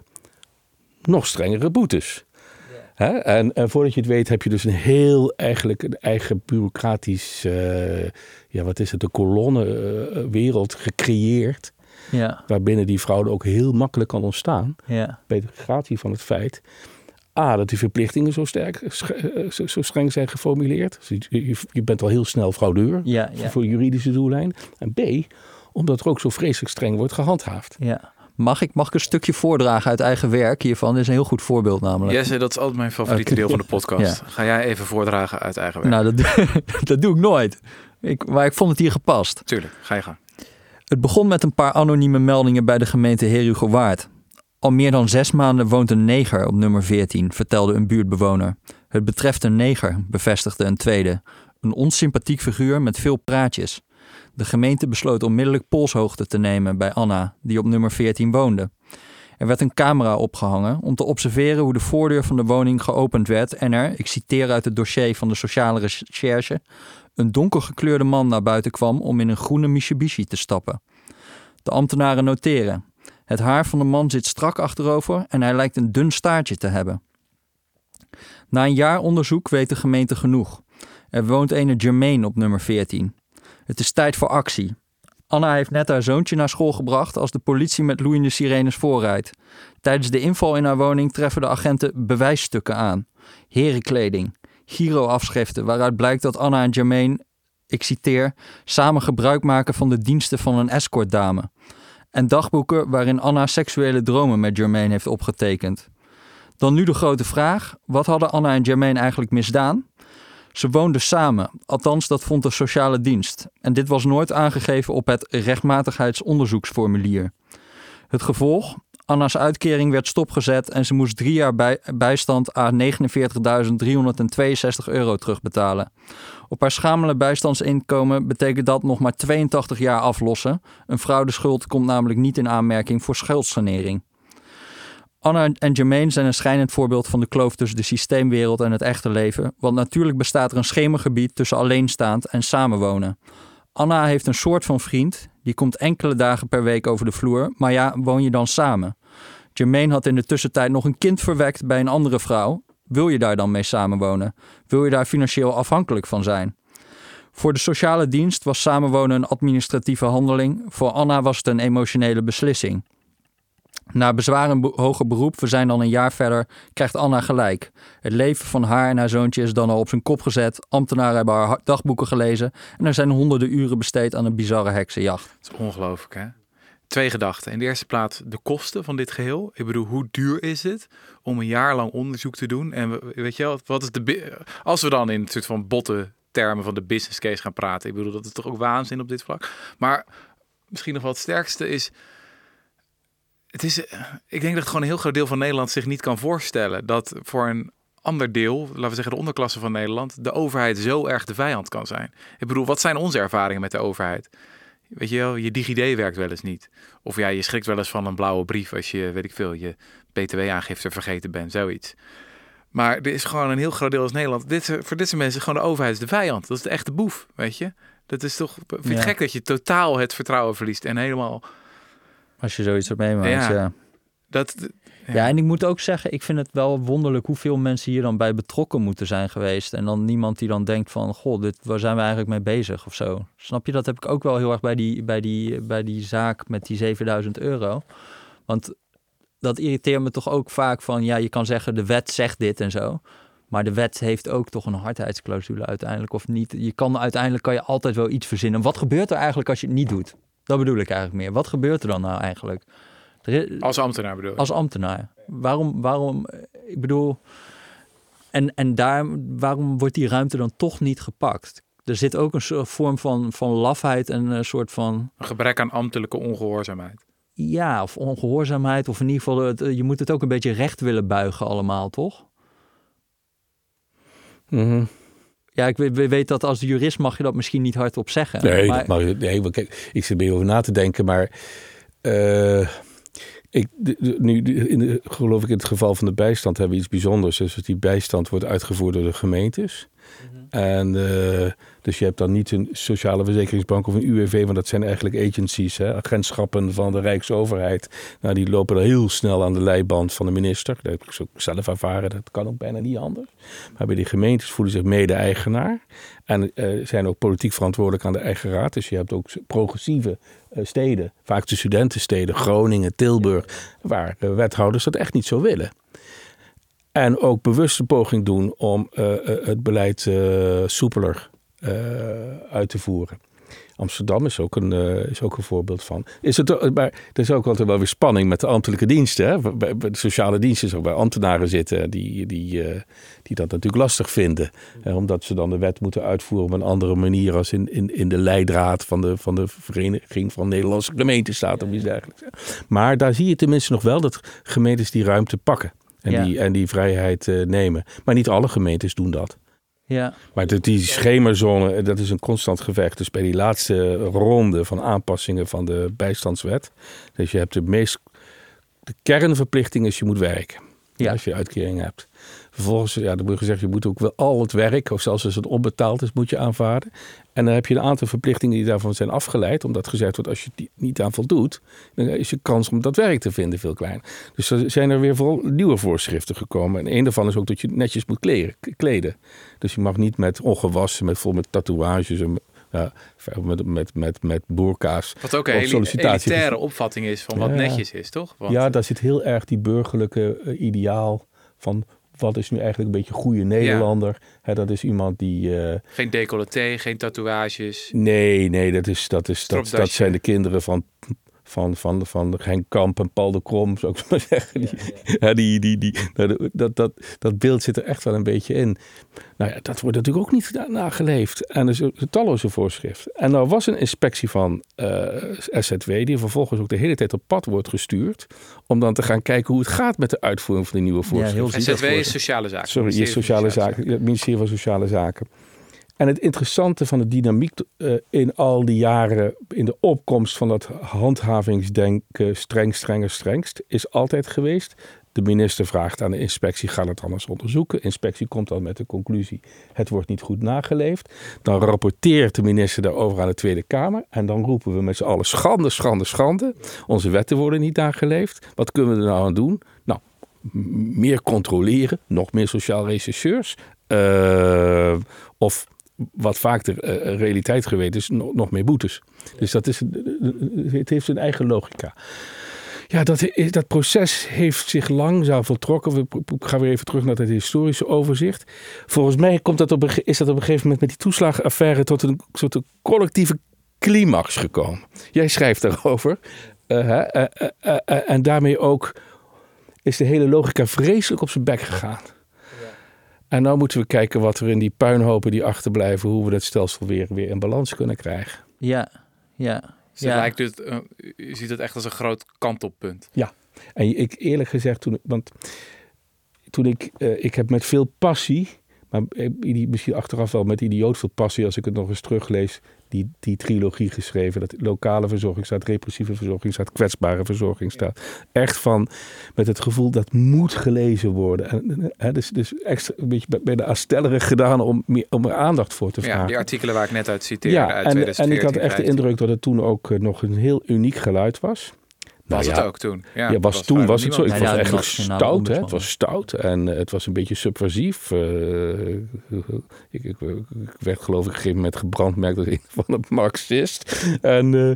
Nog strengere boetes. Hè? En, en voordat je het weet heb je dus een heel eigenlijk een eigen bureaucratisch, uh, ja wat is het, een kolonnenwereld uh, gecreëerd. Ja. Waarbinnen die fraude ook heel makkelijk kan ontstaan. Ja. Bij de gratie van het feit. A, dat die verplichtingen zo, sterk, zo, zo streng zijn geformuleerd. Dus je, je bent al heel snel fraudeur ja, ja. voor juridische doellijn. En B, omdat er ook zo vreselijk streng wordt gehandhaafd. Ja. Mag ik, mag ik een stukje voordragen uit eigen werk hiervan? Dit is een heel goed voorbeeld namelijk. Jesse, dat is altijd mijn favoriete okay. deel van de podcast. Ja. Ga jij even voordragen uit eigen werk? Nou, dat, dat doe ik nooit. Ik, maar ik vond het hier gepast. Tuurlijk, ga je gang. Het begon met een paar anonieme meldingen bij de gemeente Herugerwaard. Al meer dan zes maanden woont een neger op nummer veertien, vertelde een buurtbewoner. Het betreft een neger, bevestigde een tweede. Een onsympathiek figuur met veel praatjes. De gemeente besloot onmiddellijk polshoogte te nemen bij Anna, die op nummer veertien woonde. Er werd een camera opgehangen om te observeren hoe de voordeur van de woning geopend werd en er, ik citeer uit het dossier van de sociale recherche, een donkergekleurde man naar buiten kwam om in een groene Mitsubishi te stappen. De ambtenaren noteren. Het haar van de man zit strak achterover en hij lijkt een dun staartje te hebben. Na een jaar onderzoek weet de gemeente genoeg. Er woont ene Jermaine op nummer veertien. Het is tijd voor actie. Anna heeft net haar zoontje naar school gebracht als de politie met loeiende sirenes voorrijdt. Tijdens de inval in haar woning treffen de agenten bewijsstukken aan. Herenkleding, giroafschriften waaruit blijkt dat Anna en Jermaine, ik citeer, samen gebruik maken van de diensten van een escortdame. En dagboeken waarin Anna seksuele dromen met Jermaine heeft opgetekend. Dan nu de grote vraag, wat hadden Anna en Jermaine eigenlijk misdaan? Ze woonden samen, althans dat vond de sociale dienst. En dit was nooit aangegeven op het rechtmatigheidsonderzoeksformulier. Het gevolg? Anna's uitkering werd stopgezet en ze moest drie jaar bij, bijstand aan negenenveertigduizend driehonderdtweeënzestig euro terugbetalen. Op haar schamele bijstandsinkomen betekent dat nog maar tweeëntachtig jaar aflossen. Een fraudeschuld komt namelijk niet in aanmerking voor schuldsanering. Anna en Jermaine zijn een schijnend voorbeeld van de kloof tussen de systeemwereld en het echte leven. Want natuurlijk bestaat er een schemergebied tussen alleenstaand en samenwonen. Anna heeft een soort van vriend, die komt enkele dagen per week over de vloer, maar ja, woon je dan samen? Jermaine had in de tussentijd nog een kind verwekt bij een andere vrouw. Wil je daar dan mee samenwonen? Wil je daar financieel afhankelijk van zijn? Voor de sociale dienst was samenwonen een administratieve handeling. Voor Anna was het een emotionele beslissing. Na bezwaar en be- hoger beroep, we zijn dan een jaar verder, krijgt Anna gelijk. Het leven van haar en haar zoontje is dan al op zijn kop gezet. Ambtenaren hebben haar dagboeken gelezen en er zijn honderden uren besteed aan een bizarre heksenjacht. Het is ongelooflijk, hè? Twee gedachten. In de eerste plaats de kosten van dit geheel. Ik bedoel, hoe duur is het om een jaar lang onderzoek te doen? En weet je wel, wat is de... Als we dan in een soort van botte termen van de business case gaan praten. Ik bedoel, dat is toch ook waanzin op dit vlak. Maar misschien nog wel het sterkste is... Het is, ik denk dat het gewoon een heel groot deel van Nederland zich niet kan voorstellen dat voor een ander deel, laten we zeggen de onderklasse van Nederland, de overheid zo erg de vijand kan zijn. Ik bedoel, wat zijn onze ervaringen met de overheid? Weet je wel, je DigiD werkt wel eens niet. Of ja, je schrikt wel eens van een blauwe brief als je, weet ik veel, je B T W-aangifte vergeten bent, zoiets. Maar er is gewoon een heel groot deel als Nederland. Dit, voor dit soort mensen gewoon de overheid is de vijand. Dat is de echte boef, weet je. Dat is toch, vind je Ja. gek dat je totaal het vertrouwen verliest en helemaal... Als je zoiets hebt meemaakt, Ja. ja. Dat, Ja. ja. en ik moet ook zeggen, ik vind het wel wonderlijk hoeveel mensen hier dan bij betrokken moeten zijn geweest. En dan niemand die dan denkt van, goh, dit, waar zijn we eigenlijk mee bezig of zo. Snap je, dat heb ik ook wel heel erg bij die, bij die, bij die zaak met die zevenduizend euro. Want dat irriteert me toch ook vaak van, ja, je kan zeggen, de wet zegt dit en zo. Maar de wet heeft ook toch een hardheidsclausule uiteindelijk of niet. Je kan uiteindelijk kan je altijd wel iets verzinnen. Wat gebeurt er eigenlijk als je het niet doet? Dat bedoel ik eigenlijk meer. Wat gebeurt er dan nou eigenlijk? Er is, Als ambtenaar bedoel ik. als ambtenaar. Waarom, waarom, ik bedoel... En, en daar, waarom wordt die ruimte dan toch niet gepakt? Er zit ook een soort vorm van, van lafheid en een soort van... Een gebrek aan ambtelijke ongehoorzaamheid. Ja, of ongehoorzaamheid. Of in ieder geval, het, je moet het ook een beetje recht willen buigen allemaal, toch? Mm-hmm. Ja, ik weet, weet dat als jurist mag je dat misschien niet hardop zeggen. Nee, maar... dat mag je, nee, maar kijk, ik zit er over na te denken, maar uh, ik, de, de, nu, in de, geloof ik in het geval van de bijstand hebben we iets bijzonders. Dus die bijstand wordt uitgevoerd door de gemeentes. Mm-hmm. En uh, dus je hebt dan niet een sociale verzekeringsbank of een U W V, want dat zijn eigenlijk agencies, hè, agentschappen van de Rijksoverheid. Nou, die lopen er heel snel aan de leiband van de minister. Dat heb ik ook zelf ervaren, dat kan ook bijna niet anders. Maar bij die gemeentes voelen zich mede-eigenaar en uh, zijn ook politiek verantwoordelijk aan de eigen raad. Dus je hebt ook progressieve uh, steden, vaak de studentensteden, Groningen, Tilburg, waar uh, wethouders dat echt niet zo willen. En ook bewust een poging doen om uh, uh, het beleid uh, soepeler uh, uit te voeren. Amsterdam is ook een, uh, is ook een voorbeeld van. Is het, maar er is ook altijd wel weer spanning met de ambtelijke diensten. Hè? Bij, bij de sociale diensten is ook bij ambtenaren zitten die, die, uh, die dat natuurlijk lastig vinden. Hè? Omdat ze dan de wet moeten uitvoeren op een andere manier als in, in, in de leidraad van de, van de Vereniging van Nederlandse Gemeentestaten of iets dergelijks. Maar daar zie je tenminste nog wel dat gemeentes die ruimte pakken. En, ja. die, en die vrijheid uh, nemen. Maar niet alle gemeentes doen dat. Ja. Maar de, die schemerzone, dat is een constant gevecht. Dus bij die laatste ronde van aanpassingen van de bijstandswet. Dus je hebt de meest... De kernverplichting is je moet werken. Ja. Als je uitkering hebt. Vervolgens, ja, dan wordt gezegd, je moet ook wel al het werk, of zelfs als het onbetaald is, moet je aanvaarden. En dan heb je een aantal verplichtingen die daarvan zijn afgeleid. Omdat gezegd wordt, als je die niet aan voldoet, dan is je kans om dat werk te vinden veel kleiner. Dus er zijn er weer vooral nieuwe voorschriften gekomen. En een daarvan is ook dat je netjes moet kleden. kleden. Dus je mag niet met ongewassen, met vol met tatoeages en ja, met, met, met, met boerka's. Wat ook een hele elitaire opvatting is van wat ja. netjes is, toch? Want... Ja, daar zit heel erg die burgerlijke uh, ideaal van wat is nu eigenlijk een beetje een goede Nederlander. Ja. He, dat is iemand die... Uh... Geen decolleté, geen tatoeages. Nee, nee, dat, is, dat, is, dat, dat zijn de kinderen van... Van, van, van Henk Kamp en Paul de Krom, zou ik maar zeggen. Die, ja, ja. die, die, die, dat, dat, dat beeld zit er echt wel een beetje in. Nou ja, dat wordt natuurlijk ook niet nageleefd. En er zijn talloze voorschriften. En er was een inspectie van uh, S Z W... die vervolgens ook de hele tijd op pad wordt gestuurd... om dan te gaan kijken hoe het gaat met de uitvoering van die nieuwe voorschriften. Ja, S Z W is sociale zaken. Sorry, is sociale zaken. Het ministerie van Sociale Zaken. En het interessante van de dynamiek uh, in al die jaren, in de opkomst van dat handhavingsdenken, streng, strenger, strengst, is altijd geweest. De minister vraagt aan de inspectie, ga het anders onderzoeken. De inspectie komt dan met de conclusie, het wordt niet goed nageleefd. Dan rapporteert de minister daarover aan de Tweede Kamer. En dan roepen we met z'n allen, schande, schande, schande. Onze wetten worden niet nageleefd. Wat kunnen we er nou aan doen? Nou, m- meer controleren, nog meer sociaal rechercheurs. Uh, of... Wat vaak de uh, realiteit geweest is, nog, nog meer boetes. Dus dat is, het heeft zijn eigen logica. Ja, dat, dat proces heeft zich langzaam voltrokken. Ik ga weer even terug naar het historische overzicht. Volgens mij komt dat op een, is dat op een gegeven moment met die toeslagenaffaire tot een soort collectieve climax gekomen. Jij schrijft daarover. Uh, uh, uh, uh, uh, en daarmee ook is de hele logica vreselijk op zijn bek gegaan. En nou moeten we kijken wat er in die puinhopen die achterblijven, hoe we dat stelsel weer, weer in balans kunnen krijgen. Ja, ja. Dus het ja. lijkt het, uh, je ziet het echt als een groot kantelpunt. Ja, en ik eerlijk gezegd, toen, want toen ik, uh, ik heb met veel passie, maar misschien achteraf wel met idioot veel passie, als ik het nog eens teruglees, die, die trilogie geschreven. Dat lokale verzorging staat, repressieve verzorging staat, kwetsbare verzorging staat. Echt van, met het gevoel dat moet gelezen worden. En, hè, dus, dus extra een beetje bij de aanstellerig gedaan om, meer, om er aandacht voor te vragen. Ja, die artikelen waar ik net uit citeerde, ja, uit en, tweeduizend veertien. En ik had echt de indruk dat het toen ook uh, nog een heel uniek geluid was. Was nou, het ja, ook toen? Ja, ja was, was toen was het zo. Het nee, was ja, eigenlijk was stout. Hè? Het was stout en uh, het was een beetje subversief. Uh, ik, ik, ik werd geloof ik op een gegeven moment gebrandmerkt als een van een marxist. En, uh,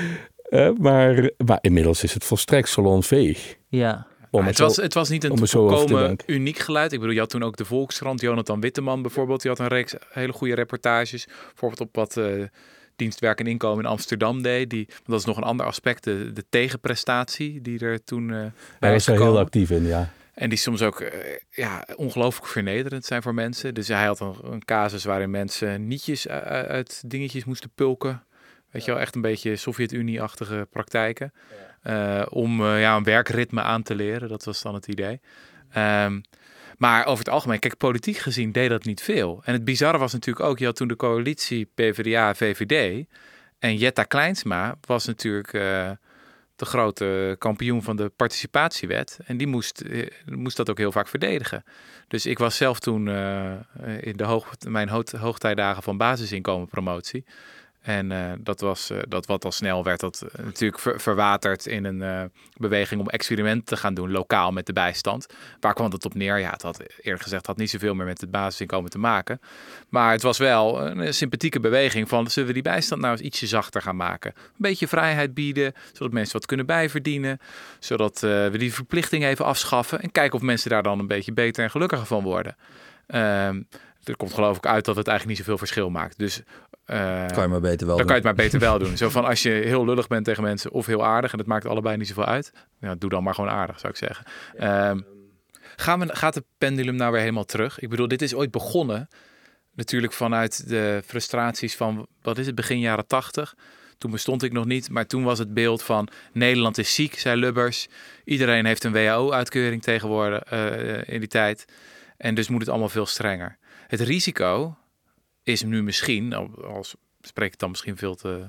uh, maar, maar inmiddels is het volstrekt salonveeg. Ja. Maar het, was, het was niet een volkomen uniek geluid. Ik bedoel, je had toen ook de Volkskrant, Jonathan Witteman bijvoorbeeld. Die had een reeks hele goede reportages. Bijvoorbeeld op wat... Uh, dienstwerk en inkomen in Amsterdam deed. Die, dat is nog een ander aspect, de, de tegenprestatie die er toen uh, bij hij is er gekomen. Heel actief in, ja. En die soms ook uh, ja, ongelooflijk vernederend zijn voor mensen. Dus hij had een, een casus waarin mensen nietjes uit, uit dingetjes moesten pulken. Weet ja. je wel, echt een beetje Sovjet-Unie-achtige praktijken. Ja. Uh, om uh, ja, een werkritme aan te leren. Dat was dan het idee. Um, Maar over het algemeen, kijk, politiek gezien deed dat niet veel. En het bizarre was natuurlijk ook, je had toen de coalitie P v d A V V D. En Jetta Kleinsma was natuurlijk uh, de grote kampioen van de participatiewet. En die moest, uh, moest dat ook heel vaak verdedigen. Dus ik was zelf toen uh, in de hoog, mijn hoog, hoogtijdagen van basisinkomenpromotie. En uh, dat was uh, dat wat al snel werd dat uh, natuurlijk ver, verwaterd in een uh, beweging om experimenten te gaan doen, lokaal met de bijstand. Waar kwam het op neer? Ja, het had eerlijk gezegd had niet zoveel meer met het basisinkomen te maken. Maar het was wel een sympathieke beweging van, zullen we die bijstand nou eens ietsje zachter gaan maken? Een beetje vrijheid bieden, zodat mensen wat kunnen bijverdienen. Zodat uh, we die verplichting even afschaffen en kijken of mensen daar dan een beetje beter en gelukkiger van worden. Uh, er komt geloof ik uit dat het eigenlijk niet zoveel verschil maakt. Dus Uh, kan je maar beter wel dan doen. kan je het maar beter wel doen. Zo van als je heel lullig bent tegen mensen of heel aardig en het maakt allebei niet zoveel uit. Ja, doe dan maar gewoon aardig, zou ik zeggen. Ja, um, gaan we, gaat de pendulum nou weer helemaal terug? Ik bedoel, dit is ooit begonnen natuurlijk vanuit de frustraties van, wat is het, begin jaren tachtig. Toen bestond ik nog niet, maar toen was het beeld van Nederland is ziek, zei Lubbers. Iedereen heeft een W H O-uitkeuring tegenwoordig uh, in die tijd. En dus moet het allemaal veel strenger. Het risico is nu misschien, als spreek ik dan misschien veel te,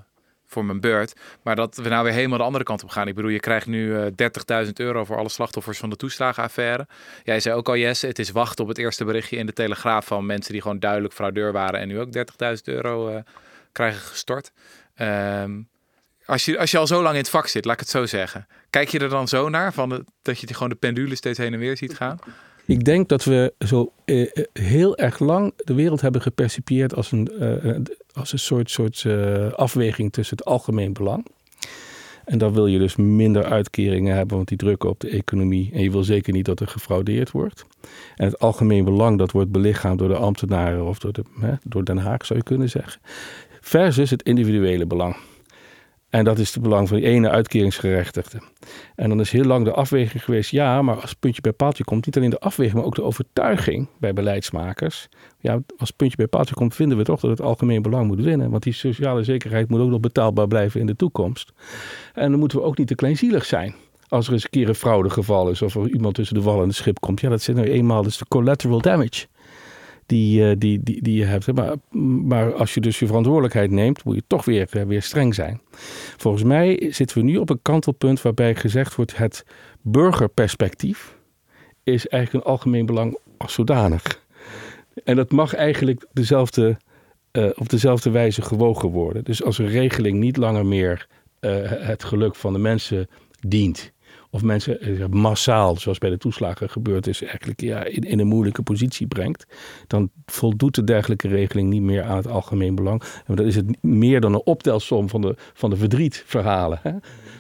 voor mijn beurt. Maar dat we nou weer helemaal de andere kant op gaan. Ik bedoel, je krijgt nu uh, dertigduizend euro voor alle slachtoffers van de toeslagenaffaire. Jij zei ook al, Jesse, het is wachten op het eerste berichtje in de Telegraaf van mensen die gewoon duidelijk fraudeur waren en nu ook dertigduizend euro uh, krijgen gestort. Um, als, je, als je al zo lang in het vak zit, laat ik het zo zeggen. Kijk je er dan zo naar, van de, dat je die, gewoon de pendule steeds heen en weer ziet gaan? Ik denk dat we zo uh, heel erg lang de wereld hebben gepercipieerd als een, uh, als een soort, soort uh, afweging tussen het algemeen belang. En dan wil je dus minder uitkeringen hebben, want die drukken op de economie. En je wil zeker niet dat er gefraudeerd wordt. En het algemeen belang, dat wordt belichaamd door de ambtenaren of door, de, hè, door Den Haag, zou je kunnen zeggen. Versus het individuele belang. En dat is het belang van die ene uitkeringsgerechtigde. En dan is heel lang de afweging geweest, ja, maar als puntje bij paaltje komt, niet alleen de afweging, maar ook de overtuiging bij beleidsmakers. Ja, als puntje bij paaltje komt, vinden we toch dat het algemeen belang moet winnen. Want die sociale zekerheid moet ook nog betaalbaar blijven in de toekomst. En dan moeten we ook niet te kleinzielig zijn. Als er eens een keer een fraudegeval is of er iemand tussen de wal en het schip komt. Ja, dat zit nou eenmaal, dat is de collateral damage. Die, die, die, die je hebt. Maar, maar als je dus je verantwoordelijkheid neemt, moet je toch weer, weer streng zijn. Volgens mij zitten we nu op een kantelpunt waarbij gezegd wordt, het burgerperspectief is eigenlijk een algemeen belang als zodanig. En dat mag eigenlijk dezelfde, uh, op dezelfde wijze gewogen worden. Dus als een regeling niet langer meer uh, het geluk van de mensen dient, of mensen massaal, zoals bij de toeslagen gebeurd is, eigenlijk ja, in, in een moeilijke positie brengt, dan voldoet de dergelijke regeling niet meer aan het algemeen belang. En dan is het meer dan een optelsom van de, van de verdrietverhalen. Hè?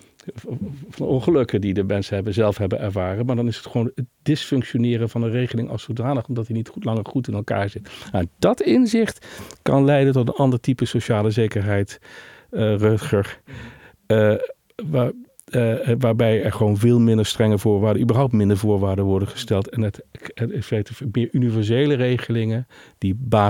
Van ongelukken die de mensen hebben, zelf hebben ervaren. Maar dan is het gewoon het dysfunctioneren van een regeling als zodanig, omdat die niet goed, langer goed in elkaar zit. Nou, dat inzicht kan leiden tot een ander type sociale zekerheid, uh, Rutger. Uh, waar, Uh, waarbij er gewoon veel minder strenge voorwaarden, überhaupt minder voorwaarden worden gesteld. En het, het in feite meer universele regelingen die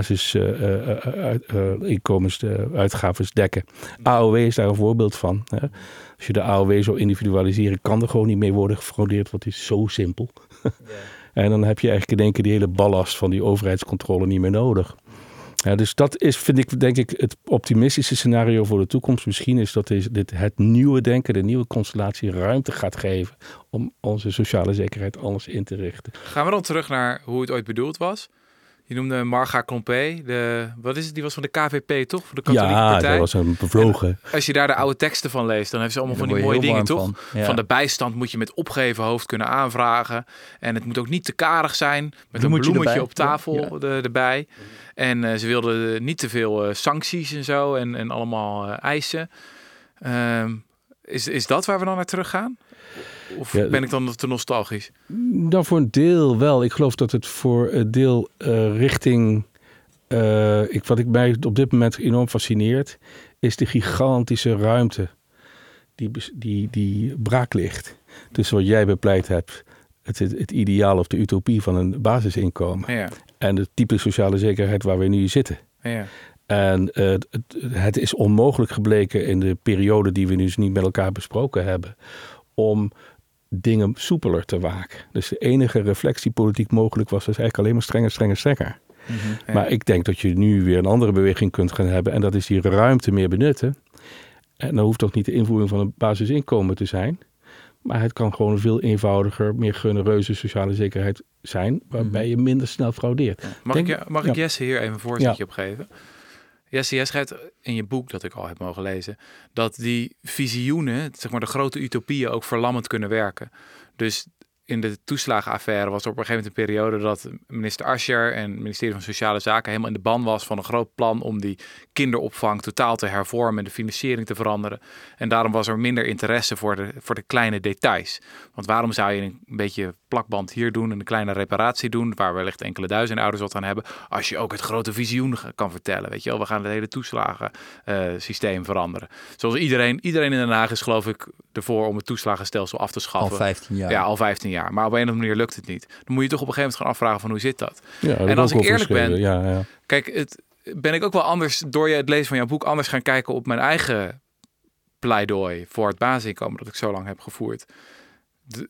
basisinkomens, uh, uh, uh, uitgaven dekken. A O W is daar een voorbeeld van. Hè. Als je de A O W zou individualiseren, kan er gewoon niet mee worden gefraudeerd, want het is zo simpel. Yeah. En dan heb je eigenlijk in één keer die hele ballast van die overheidscontrole niet meer nodig. Ja, dus dat is, vind ik, denk ik, het optimistische scenario voor de toekomst. Misschien is dat dit het nieuwe denken, de nieuwe constellatie ruimte gaat geven om onze sociale zekerheid anders in te richten. Gaan we dan terug naar hoe het ooit bedoeld was? Je noemde Marga Klompé, de, wat is het? Die was van de K V P, toch? Voor de katholieke ja, partij. Ja, dat was een bevlogen. En als je daar de oude teksten van leest, dan heeft ze allemaal ja, van die mooie dingen, toch? Van. Ja. Van de bijstand moet je met opgeheven hoofd kunnen aanvragen. En het moet ook niet te karig zijn. Met bloemetje een bloemetje op tafel ja. Ja. De, erbij. En uh, ze wilden niet te veel uh, sancties en zo. En, en allemaal uh, eisen. Uh, is, is dat waar we dan naar terug gaan? Of ja, ben ik dan te nostalgisch? Nou, voor een deel wel. Ik geloof dat het voor een deel uh, richting... Uh, ik, wat ik mij op dit moment enorm fascineert, is de gigantische ruimte die, die, die braak ligt. Dus wat jij bepleit hebt, het, het, het ideaal of de utopie van een basisinkomen. Ja. En de type sociale zekerheid waar we nu zitten. Ja. En uh, het, het is onmogelijk gebleken in de periode die we nu dus niet met elkaar besproken hebben, om dingen soepeler te waken. Dus de enige reflectiepolitiek mogelijk was dus eigenlijk alleen maar strenger, strenger, strenger. Mm-hmm, ja. Maar ik denk dat je nu weer een andere beweging kunt gaan hebben. En dat is die ruimte meer benutten. En dan hoeft ook niet de invoering van een basisinkomen te zijn. Maar het kan gewoon een veel eenvoudiger, meer genereuze sociale zekerheid zijn. Waarbij mm-hmm. je minder snel fraudeert. Ja. Mag, denk, ik, mag ja. ik Jesse hier even een voorzetje ja. op geven? Jesse, jij schrijft in je boek, dat ik al heb mogen lezen, dat die visioenen, zeg maar de grote utopieën, ook verlammend kunnen werken. Dus in de toeslagenaffaire was er op een gegeven moment een periode dat minister Ascher en het ministerie van Sociale Zaken helemaal in de ban was van een groot plan om die kinderopvang totaal te hervormen en de financiering te veranderen. En daarom was er minder interesse voor de, voor de kleine details. Want waarom zou je een beetje plakband hier doen en een kleine reparatie doen, waar wellicht enkele duizenden ouders wat aan hebben, als je ook het grote visioen kan vertellen. Weet je wel, we gaan het hele toeslagensysteem uh, veranderen. Zoals iedereen, iedereen in Den Haag is geloof ik ervoor om het toeslagenstelsel af te schaffen. Al vijftien jaar. Ja, al vijftien jaar. Maar op een of andere manier lukt het niet. Dan moet je toch op een gegeven moment gaan afvragen van hoe zit dat? Ja, en als ik eerlijk ben, ja, ja. kijk, het, ben ik ook wel anders door je het lezen van jouw boek anders gaan kijken op mijn eigen pleidooi voor het basisinkomen dat ik zo lang heb gevoerd. De,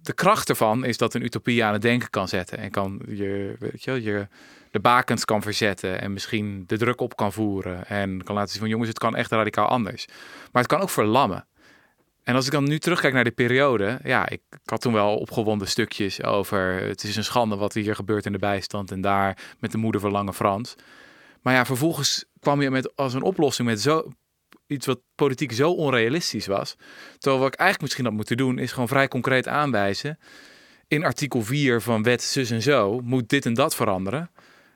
de kracht ervan is dat een utopie aan het denken kan zetten. En kan je, weet je, je de bakens kan verzetten. En misschien de druk op kan voeren. En kan laten zien van jongens, het kan echt radicaal anders. Maar het kan ook verlammen. En als ik dan nu terugkijk naar die periode. Ja, ik, ik had toen wel opgewonden stukjes over. Het is een schande wat hier gebeurt in de bijstand. En daar met de moeder van Lange Frans. Maar ja, vervolgens kwam je met als een oplossing met zo iets wat politiek zo onrealistisch was. Terwijl wat ik eigenlijk misschien had moeten doen is gewoon vrij concreet aanwijzen. In artikel vier van wet zus en zo moet dit en dat veranderen.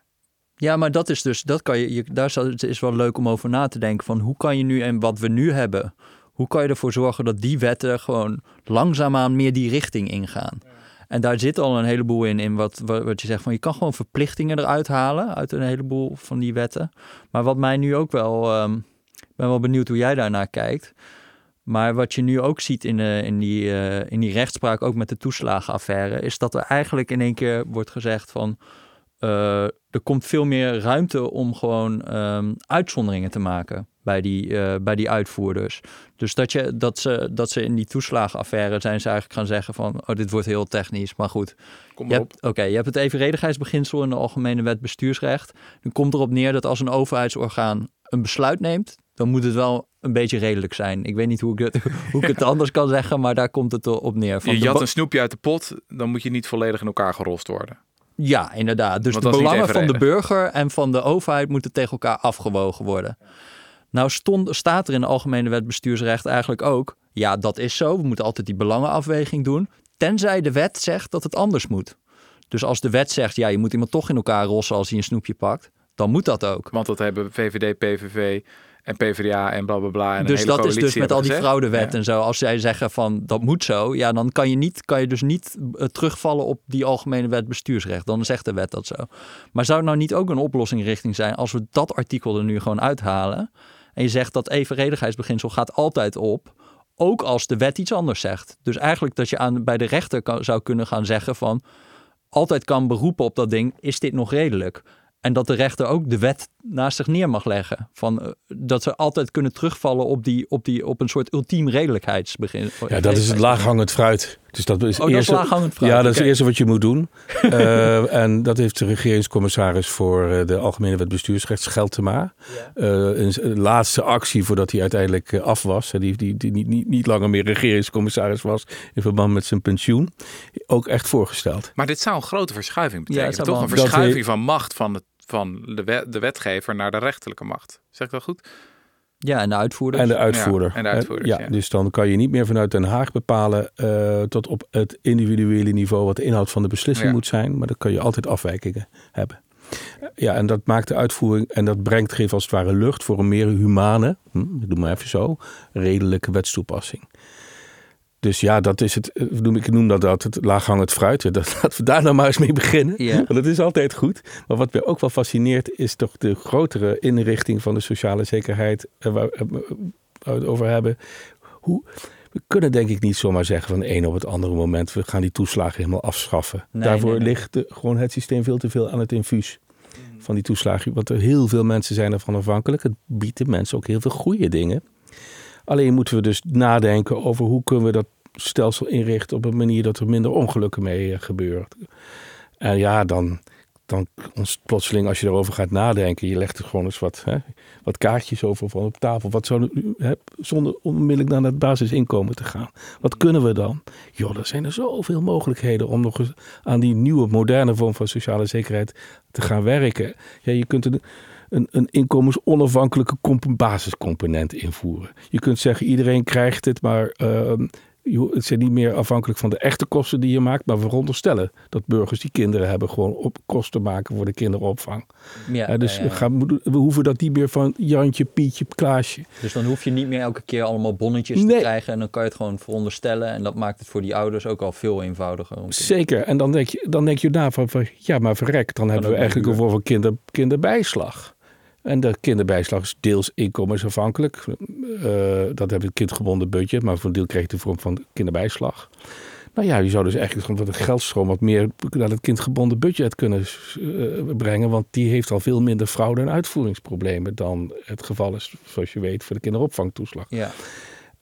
Ja, maar dat is dus, dat kan je, je daar is wel leuk om over na te denken van hoe kan je nu en wat we nu hebben, hoe kan je ervoor zorgen dat die wetten gewoon langzaamaan meer die richting ingaan? Ja. En daar zit al een heleboel in, in wat, wat, wat je zegt van je kan gewoon verplichtingen eruit halen uit een heleboel van die wetten. Maar wat mij nu ook wel, um, ik ben wel benieuwd hoe jij daarnaar kijkt. Maar wat je nu ook ziet in, uh, in, die, uh, in die rechtspraak, ook met de toeslagenaffaire, is dat er eigenlijk in één keer wordt gezegd van uh, er komt veel meer ruimte om gewoon um, uitzonderingen te maken bij die, uh, bij die uitvoerders. Dus dat, je, dat, ze, dat ze in die toeslagenaffaire zijn ze eigenlijk gaan zeggen van oh, dit wordt heel technisch, maar goed. Kom maar op. Oké, okay, je hebt het evenredigheidsbeginsel in de Algemene Wet Bestuursrecht. Dan komt erop neer dat als een overheidsorgaan een besluit neemt, dan moet het wel een beetje redelijk zijn. Ik weet niet hoe ik het, hoe ik het anders kan zeggen, maar daar komt het op neer. Van je de jat bo- een snoepje uit de pot, dan moet je niet volledig in elkaar gerost worden. Ja, inderdaad. Dus Want de dat is niet belangen van de evenredig. burger en van de overheid moeten tegen elkaar afgewogen worden. Nou stond, staat er in de Algemene Wet Bestuursrecht eigenlijk ook, ja, dat is zo. We moeten altijd die belangenafweging doen, tenzij de wet zegt dat het anders moet. Dus als de wet zegt, ja, je moet iemand toch in elkaar rossen als hij een snoepje pakt, dan moet dat ook. Want dat hebben V V D, P V V en P v d A en blablabla. Bla, bla, en Dus een hele dat is dus coalitie met al die hebben fraudewet gezegd. en zo. Als zij zeggen van dat moet zo, ja, dan kan je, niet, kan je dus niet uh, terugvallen op die Algemene Wet Bestuursrecht. Dan zegt de wet dat zo. Maar zou het nou niet ook een oplossing richting zijn als we dat artikel er nu gewoon uithalen en je zegt dat evenredigheidsbeginsel gaat altijd op, ook als de wet iets anders zegt. Dus eigenlijk dat je aan, bij de rechter kan, zou kunnen gaan zeggen van altijd kan beroepen op dat ding, is dit nog redelijk? En dat de rechter ook de wet naast zich neer mag leggen. Van, uh, dat ze altijd kunnen terugvallen op, die, op, die, op een soort ultiem redelijkheidsbegin. Ja, dat is het laaghangend fruit. Dus dat is, Oh, dat eerste, is laaghangend fruit. Ja, dat is Okay. het eerste wat je moet doen. uh, en dat heeft de regeringscommissaris voor uh, de Algemene Wet Bestuursrecht, Scheltema. Ja. Uh, een, een laatste actie voordat hij uiteindelijk uh, af was. Die, die, die niet, niet, niet langer meer regeringscommissaris was in verband met zijn pensioen. Ook echt voorgesteld. Maar dit zou een grote verschuiving betekenen. Ja, toch? Een dat verschuiving he- van macht van, het, van de, wet, de wetgever naar de rechterlijke macht. Zeg ik dat goed? Ja, en de uitvoerder. En de uitvoerder. Ja, en de uitvoerders, ja, ja. Dus dan kan je niet meer vanuit Den Haag bepalen uh, tot op het individuele niveau wat de inhoud van de beslissing Ja. moet zijn. Maar dan kan je altijd afwijkingen hebben. Ja, en dat maakt de uitvoering en dat brengt, geeft als het ware lucht voor een meer humane, hm, ik doe maar even zo, redelijke wetstoepassing. Dus ja, dat is het, ik noem dat altijd het laaghangend fruit. Ja, dat, laten we daar nou maar eens mee beginnen. Ja. Want dat is altijd goed. Maar wat mij ook wel fascineert is toch de grotere inrichting van de sociale zekerheid. Waar, waar we het over hebben. Hoe, we kunnen denk ik niet zomaar zeggen van de een op het andere moment. We gaan die toeslagen helemaal afschaffen. Nee, Daarvoor nee, nee. ligt de, gewoon het systeem veel te veel aan het infuus van die toeslagen. Want er heel veel mensen zijn ervan afhankelijk. Het biedt de mensen ook heel veel goede dingen. Alleen moeten we dus nadenken over hoe kunnen we dat stelsel inrichten op een manier dat er minder ongelukken mee uh, gebeuren. En ja, dan, dan ons plotseling als je erover gaat nadenken, je legt er gewoon eens wat, hè, wat kaartjes over van op tafel. Wat zou u, hè, zonder onmiddellijk naar het basisinkomen te gaan. Wat kunnen we dan? Joh, er zijn er zoveel mogelijkheden om nog eens aan die nieuwe, moderne vorm van sociale zekerheid te gaan werken. Ja, je kunt een Een, een inkomensonafhankelijke comp- basiscomponent invoeren. Je kunt zeggen, iedereen krijgt het, maar uh, het zijn niet meer afhankelijk van de echte kosten die je maakt. Maar we veronderstellen dat burgers die kinderen hebben gewoon op kosten maken voor de kinderopvang. Ja, uh, dus ja, ja. We, gaan, we hoeven dat niet meer van Jantje, Pietje, Klaasje. Dus dan hoef je niet meer elke keer allemaal bonnetjes Nee. te krijgen. En dan kan je het gewoon veronderstellen. En dat maakt het voor die ouders ook al veel eenvoudiger. Om te... Zeker. En dan denk je, dan denk je na van, van ja, maar verrek, dan hebben we ook eigenlijk duur. over een kinder, kinderbijslag. En de kinderbijslag is deels inkomensafhankelijk. Uh, dat heeft een kindgebonden budget, maar voor een deel krijg je de vorm van kinderbijslag. Nou ja, je zou dus eigenlijk gewoon wat een geldstroom wat meer naar het kindgebonden budget kunnen uh, brengen. Want die heeft al veel minder fraude- en uitvoeringsproblemen dan het geval is, zoals je weet, voor de kinderopvangtoeslag. Ja.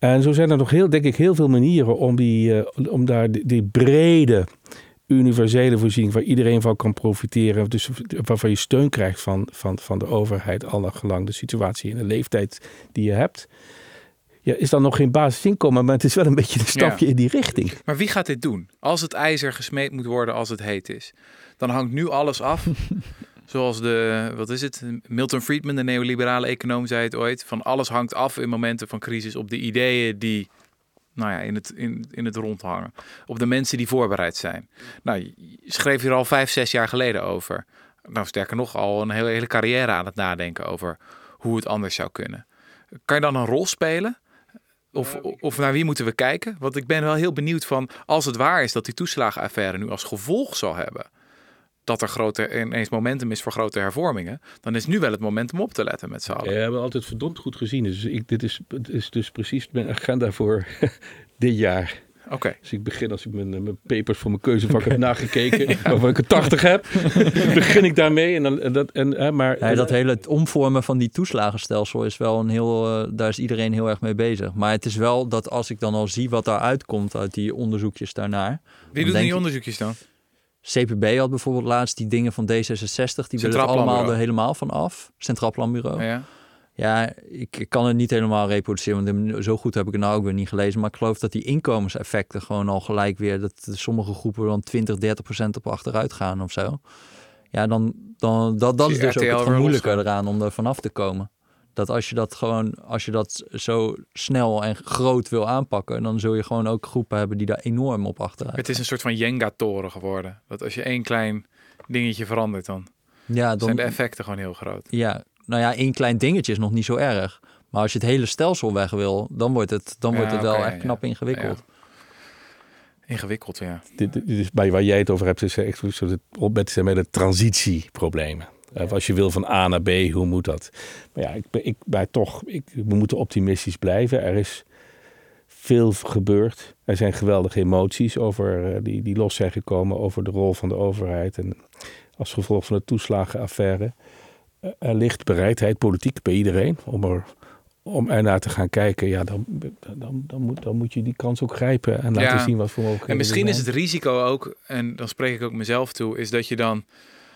En zo zijn er nog heel, denk ik, heel veel manieren om, die, uh, om daar die, die brede, universele voorziening waar iedereen van kan profiteren, dus waarvan je steun krijgt van, van, van de overheid, al gelang de situatie en de leeftijd die je hebt. Ja, is dan nog geen basisinkomen, maar het is wel een beetje een stapje ja. in die richting. Maar wie gaat dit doen? Als het ijzer gesmeed moet worden als het heet is, dan hangt nu alles af. Zoals de, wat is het? Milton Friedman, de neoliberale econoom, zei het ooit. Van alles hangt af in momenten van crisis op de ideeën die nou ja, in, het, in, in het rond hangen. Op de mensen die voorbereid zijn. Nou, je schreef hier al vijf, zes jaar geleden over. Nou, sterker nog, al een hele, hele carrière aan het nadenken over hoe het anders zou kunnen. Kan je dan een rol spelen? Of, of naar wie moeten we kijken? Want ik ben wel heel benieuwd van, als het waar is dat die toeslagenaffaire nu als gevolg zal hebben dat er grote, ineens momentum is voor grote hervormingen, dan is nu wel het moment om op te letten met z'n allen. Ja, we hebben altijd verdomd goed gezien. Dus ik, dit is, is dus precies mijn agenda voor dit jaar. Oké. Okay. Dus ik begin, als ik mijn, mijn papers voor mijn keuzevak heb nagekeken, ja. waarvan ik er tachtig heb, begin ik daarmee. En dan, en dat, en, hè, maar, ja, dat hele het omvormen van die toeslagenstelsel is wel een heel, uh, daar is iedereen heel erg mee bezig. Maar het is wel dat als ik dan al zie wat daaruit komt uit die onderzoekjes daarnaar. Wie doet die onderzoekjes dan? C P B had bijvoorbeeld laatst die dingen van D zesenzestig, die willen er allemaal er helemaal van af. Centraal Planbureau. Ja. Ja, ik, ik kan het niet helemaal reproduceren, want zo goed heb ik het nou ook weer niet gelezen. Maar ik geloof dat die inkomenseffecten gewoon al gelijk weer, dat sommige groepen dan twintig, dertig procent op achteruit gaan of zo. Ja, dan, dan dat, dat is dus ook het moeilijker eraan om er vanaf te komen. Dat als je dat gewoon, als je dat zo snel en groot wil aanpakken, dan zul je gewoon ook groepen hebben die daar enorm op achteruit. Het is een soort van Jenga-toren geworden. Dat als je één klein dingetje verandert, dan, ja, dan zijn de effecten gewoon heel groot. Ja, nou ja, één klein dingetje is nog niet zo erg. Maar als je het hele stelsel weg wil, dan wordt het, dan ja, wordt het wel okay, echt knap ja. ingewikkeld. Ja. Ingewikkeld, ja. Dit, dit is bij waar jij het over hebt, is echt zo het met de transitieproblemen. Ja. Als je wil van A naar B, hoe moet dat? Maar ja, ik ben, ik ben toch, ik, we moeten optimistisch blijven. Er is veel gebeurd. Er zijn geweldige emoties over, die, die los zijn gekomen over de rol van de overheid. En als gevolg van de toeslagenaffaire. Er ligt bereidheid, politiek bij iedereen, om er, om ernaar te gaan kijken. Ja, dan, dan, dan, moet, dan moet je die kans ook grijpen en laten ja. zien wat voor mogelijkheden. En misschien is het risico ook, en dan spreek ik ook mezelf toe, is dat je dan,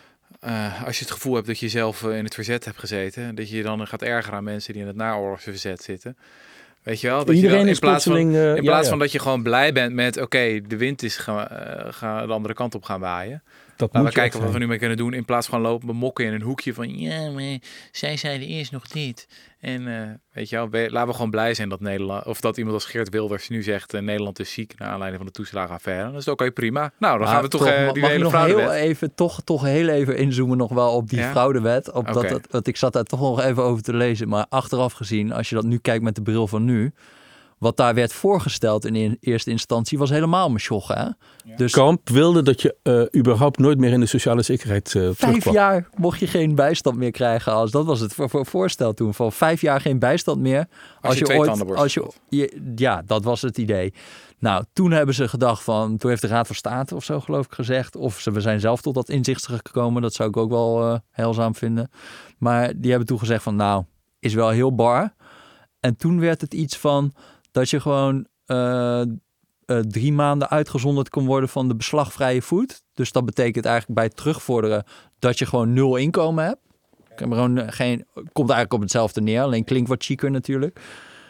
uh, als je het gevoel hebt dat je zelf in het verzet hebt gezeten, dat je je dan gaat ergeren aan mensen die in het naoorlogse verzet zitten. Weet je wel? Dat Iedereen je dan, in plaats, van, uh, in plaats ja, van dat je gewoon blij bent met, oké, okay, de wind is ga, uh, ga de andere kant op gaan waaien. Dat Laten we kijken wat we nu mee kunnen doen. In plaats van lopen mokken in een hoekje van, ja, maar zij zeiden eerst nog dit. En uh, weet je wel, we, laten we gewoon blij zijn dat Nederland, of dat iemand als Geert Wilders nu zegt, uh, Nederland is ziek naar aanleiding van de toeslagenaffaire. Dat is ook okay, prima. Nou, dan maar gaan we toch, toch uh, die hele fraudewet. Mag ik nog heel even, toch, toch heel even inzoomen nog wel op die ja? fraudewet. Op okay. dat, dat, dat, ik zat daar toch nog even over te lezen. Maar achteraf gezien, als je dat nu kijkt met de bril van nu, wat daar werd voorgesteld in eerste instantie was helemaal mesjoggen. Hè? Ja. Dus Kamp wilde dat je uh, überhaupt nooit meer in de sociale zekerheid uh, Vijf jaar mocht je geen bijstand meer krijgen. Als dat was het voor, voor voorstel toen. Van vijf jaar geen bijstand meer. Als, als je, je ooit, als je, je, ja, dat was het idee. Nou, toen hebben ze gedacht van, toen heeft de Raad van State of zo geloof ik gezegd. Of ze we zijn zelf tot dat inzicht gekomen. Dat zou ik ook wel uh, heilzaam vinden. Maar die hebben toen gezegd van, nou, is wel heel bar. En toen werd het iets van dat je gewoon uh, uh, drie maanden uitgezonderd kon worden van de beslagvrije voet. Dus dat betekent eigenlijk bij terugvorderen dat je gewoon nul inkomen hebt. Gewoon geen, komt eigenlijk op hetzelfde neer, alleen klinkt wat chiquer natuurlijk.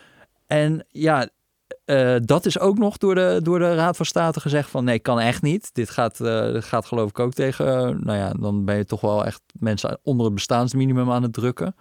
En ja, uh, dat is ook nog door de, door de Raad van State gezegd van nee, kan echt niet. Dit gaat, uh, dit gaat geloof ik ook tegen, uh, nou ja, dan ben je toch wel echt mensen onder het bestaansminimum aan het drukken.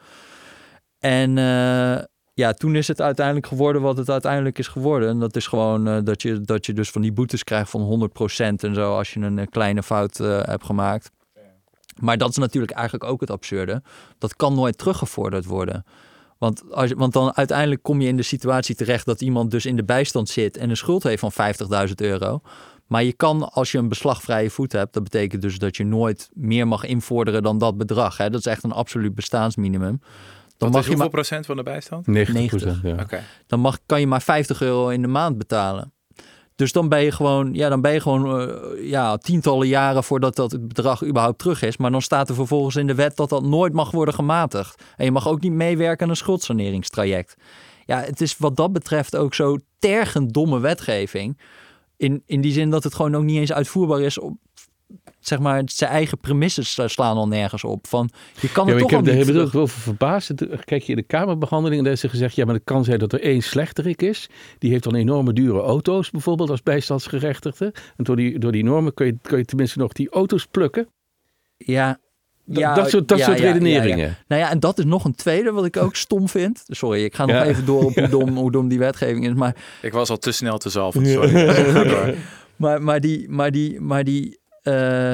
En uh, ja, toen is het uiteindelijk geworden wat het uiteindelijk is geworden. En dat is gewoon uh, dat, je, dat je dus van die boetes krijgt van honderd procent en zo als je een, een kleine fout uh, hebt gemaakt. Maar dat is natuurlijk eigenlijk ook het absurde. Dat kan nooit teruggevorderd worden. Want, als, want dan uiteindelijk kom je in de situatie terecht dat iemand dus in de bijstand zit en een schuld heeft van vijftigduizend euro. Maar je kan, als je een beslagvrije voet hebt, dat betekent dus dat je nooit meer mag invorderen dan dat bedrag. Hè? Dat is echt een absoluut bestaansminimum. Dan mag je hoeveel maar, procent van de bijstand? negentig procent. Ja. Okay. Dan mag, kan je maar vijftig euro in de maand betalen. Dus dan ben je gewoon, ja, dan ben je gewoon uh, ja, tientallen jaren voordat dat bedrag überhaupt terug is. Maar dan staat er vervolgens in de wet dat dat nooit mag worden gematigd. En je mag ook niet meewerken aan een schuldsaneringstraject. Ja, het is wat dat betreft ook zo tergend domme wetgeving. In, in die zin dat het gewoon ook niet eens uitvoerbaar is op, zeg maar, zijn eigen premisses slaan al nergens op. Van, je kan ja, het toch ik al heb niet... Ik heb er over verbaasd. Kijk je in de Kamerbehandeling en daar is er gezegd, ja, maar het kan zijn dat er één slechterik is. Die heeft dan enorme dure auto's, bijvoorbeeld als bijstandsgerechtigde. En door die, door die normen kun je, kun je tenminste nog die auto's plukken. Ja... Dat, ja, dat soort, dat ja, soort ja, redeneringen. Ja, ja. Nou ja, en dat is nog een tweede wat ik ook stom vind. Sorry, ik ga nog ja. even door op hoe dom, hoe dom die wetgeving is. Maar, ik was al te snel te zalven, sorry. maar, maar die... Maar die, maar die uh,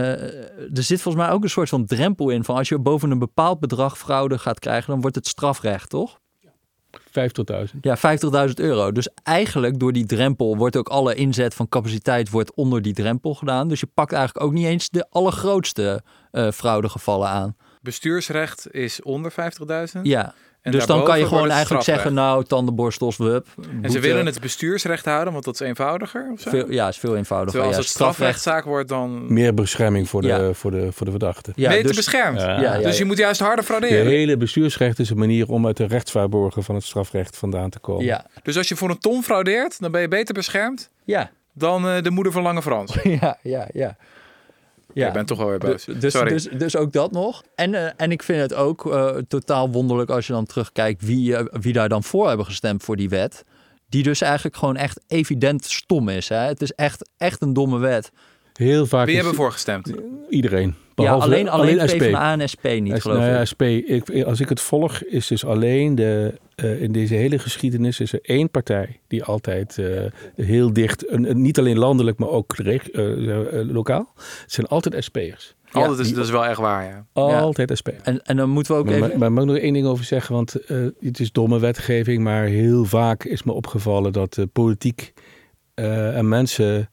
er zit volgens mij ook een soort van drempel in. Van als je boven een bepaald bedrag fraude gaat krijgen, dan wordt het strafrecht, toch? vijftigduizend. Ja, vijftigduizend euro. Dus eigenlijk door die drempel wordt ook alle inzet van capaciteit wordt onder die drempel gedaan. Dus je pakt eigenlijk ook niet eens de allergrootste uh, fraudegevallen aan. Bestuursrecht is onder vijftigduizend. Ja. En dus dan kan je gewoon eigenlijk zeggen, nou, tandenborstels, wup. En ze willen het bestuursrecht houden, want dat is eenvoudiger? Of zo? Veel, ja, is veel eenvoudiger. Terwijl als ja, het strafrechtszaak wordt, dan... Meer bescherming voor de, ja. voor de, voor de verdachte. Ja, Beter dus, beschermd. Ja. Ja. Ja, ja, dus je ja. moet juist harder frauderen. De hele bestuursrecht is een manier om uit de rechtswaarborgen van het strafrecht vandaan te komen. Ja. Dus als je voor een ton fraudeert, dan ben je beter beschermd Ja. dan uh, de moeder van Lange Frans. ja, ja, ja. Ja. Ik ben toch wel weer boos. Dus, Sorry. Dus, dus ook dat nog. En, uh, en ik vind het ook uh, totaal wonderlijk als je dan terugkijkt wie, uh, wie daar dan voor hebben gestemd voor die wet. Die dus eigenlijk gewoon echt evident stom is. Hè? Het is echt, echt een domme wet. Heel vaak wie is hebben voorgestemd? Iedereen. Behalve, ja, alleen, alleen, alleen PvdA en S P niet, S, geloof nou ja, ik. S P, ik. Als ik het volg, is dus alleen de, uh, in deze hele geschiedenis is er één partij die altijd uh, heel dicht, uh, niet alleen landelijk, maar ook reg, uh, uh, lokaal. Het zijn altijd S P'ers. Ja, altijd is, dat is wel echt waar, ja. Altijd ja. S P. En, en dan moeten we ook maar, even... Maar, maar mag ik nog één ding over zeggen, want uh, het is domme wetgeving, maar heel vaak is me opgevallen dat uh, politiek uh, en mensen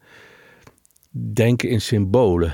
denken in symbolen.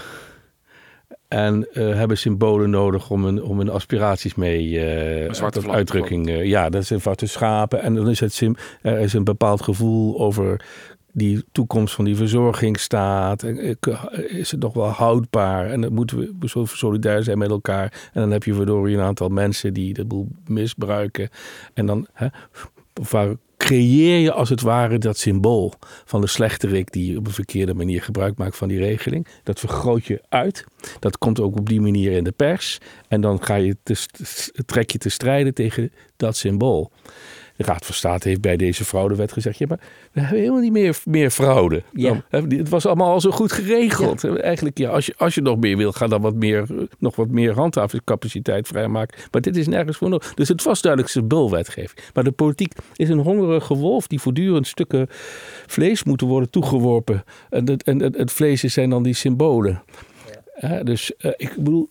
En uh, hebben symbolen nodig om hun, om hun aspiraties mee uh, tot uitdrukking. Uh, ja, dat zijn zwarte schapen. En dan is het sim, er is een bepaald gevoel over die toekomst van die verzorgingsstaat. Is het nog wel houdbaar? En dan moeten we zo solidair zijn met elkaar. En dan heb je verdorie een aantal mensen die de boel misbruiken. En dan hè, waar creëer je als het ware dat symbool van de slechterik die op een verkeerde manier gebruik maakt van die regeling. Dat vergroot je uit. Dat komt ook op die manier in de pers. En dan ga je te, trek je te strijden tegen dat symbool. De Raad van State heeft bij deze fraudewet gezegd, ja, maar we hebben helemaal niet meer, meer fraude. Ja. Dan, het was allemaal al zo goed geregeld. Ja. Eigenlijk, ja, als je, als je nog meer wil, ga dan wat meer, nog wat meer handhavingscapaciteit vrijmaken. Maar dit is nergens voor nodig. Dus het was duidelijk symboolwetgeving. Maar de politiek is een hongerige wolf die voortdurend stukken vlees moeten worden toegeworpen. En het, en het, het vlees zijn dan die symbolen. Ja. Ja, dus uh, ik bedoel...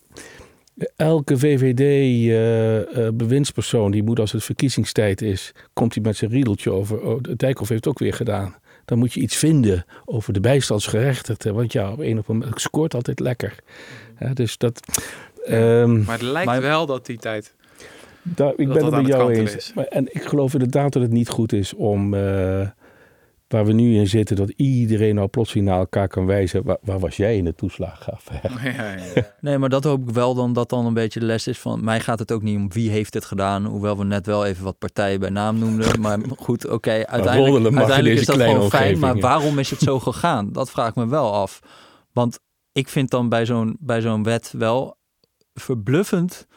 Elke V V D-bewindspersoon uh, uh, die moet als het verkiezingstijd is, komt hij met zijn riedeltje over. Oh, de Dijkhoff heeft het ook weer gedaan. Dan moet je iets vinden over de bijstandsgerechtigde. Want ja, op een of andere manier scoort altijd lekker. Ja, dus dat. Um, maar het lijkt maar, wel dat die tijd. Da, ik dat ben het met jou eens. Is. Maar, en ik geloof inderdaad dat het niet goed is om. Uh, Waar we nu in zitten, dat iedereen nou plotseling naar elkaar kan wijzen. Waar, waar was jij in de toeslagenaffaire? Ja, ja, ja. Nee, maar dat hoop ik wel dan dat dan een beetje de les is van... Mij gaat het ook niet om wie heeft het gedaan. Hoewel we net wel even wat partijen bij naam noemden. Maar goed, oké, okay, uiteindelijk, uiteindelijk is dat gewoon fijn. Maar waarom is het zo gegaan? Dat vraag ik me wel af. Want ik vind dan bij zo'n, bij zo'n wet wel verbluffend...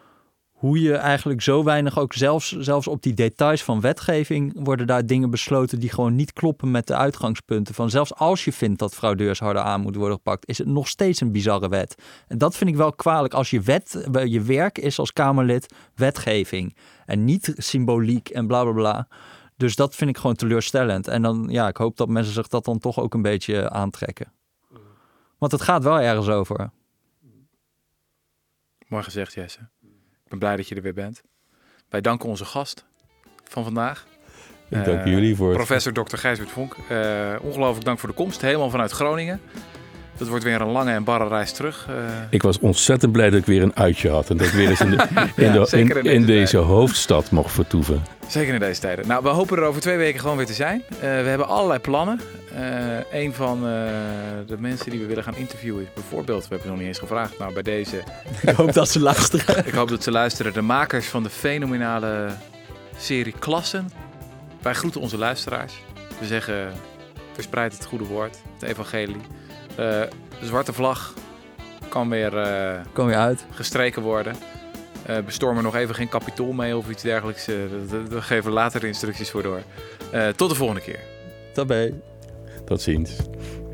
hoe je eigenlijk zo weinig ook zelfs, zelfs op die details van wetgeving... worden daar dingen besloten die gewoon niet kloppen met de uitgangspunten. Van zelfs als je vindt dat fraudeurs harder aan moeten worden gepakt... is het nog steeds een bizarre wet. En dat vind ik wel kwalijk. Als je, wet, je werk is als Kamerlid wetgeving. En niet symboliek en bla bla bla. Dus dat vind ik gewoon teleurstellend. En dan, ja, ik hoop dat mensen zich dat dan toch ook een beetje aantrekken. Want het gaat wel ergens over. Mooi gezegd, Jesse. Ik ben blij dat je er weer bent. Wij danken onze gast van vandaag. Ik dank uh, jullie voor Professor dokter Gijsbert Vonk. Uh, ongelooflijk dank voor de komst. Helemaal vanuit Groningen. Dat wordt weer een lange en barre reis terug. Uh... Ik was ontzettend blij dat ik weer een uitje had. En dat ik weer eens in, de, in, ja, de, in, in, deze, in deze hoofdstad mocht vertoeven. Zeker in deze tijden. Nou, we hopen er over twee weken gewoon weer te zijn. Uh, we hebben allerlei plannen. Uh, een van uh, de mensen die we willen gaan interviewen is bijvoorbeeld... We hebben het nog niet eens gevraagd, nou bij deze... Ik hoop dat ze luisteren. Ik hoop dat ze luisteren. De makers van de fenomenale serie Klassen. wij groeten onze luisteraars. We zeggen, verspreid het goede woord, het evangelie. Uh, de zwarte vlag kan weer, uh, kan weer uit. gestreken worden. Uh, bestormen nog even geen kapitool mee of iets dergelijks. Uh, Daar geven we later instructies voor door. Uh, tot de volgende keer. Tabé. Tot ziens.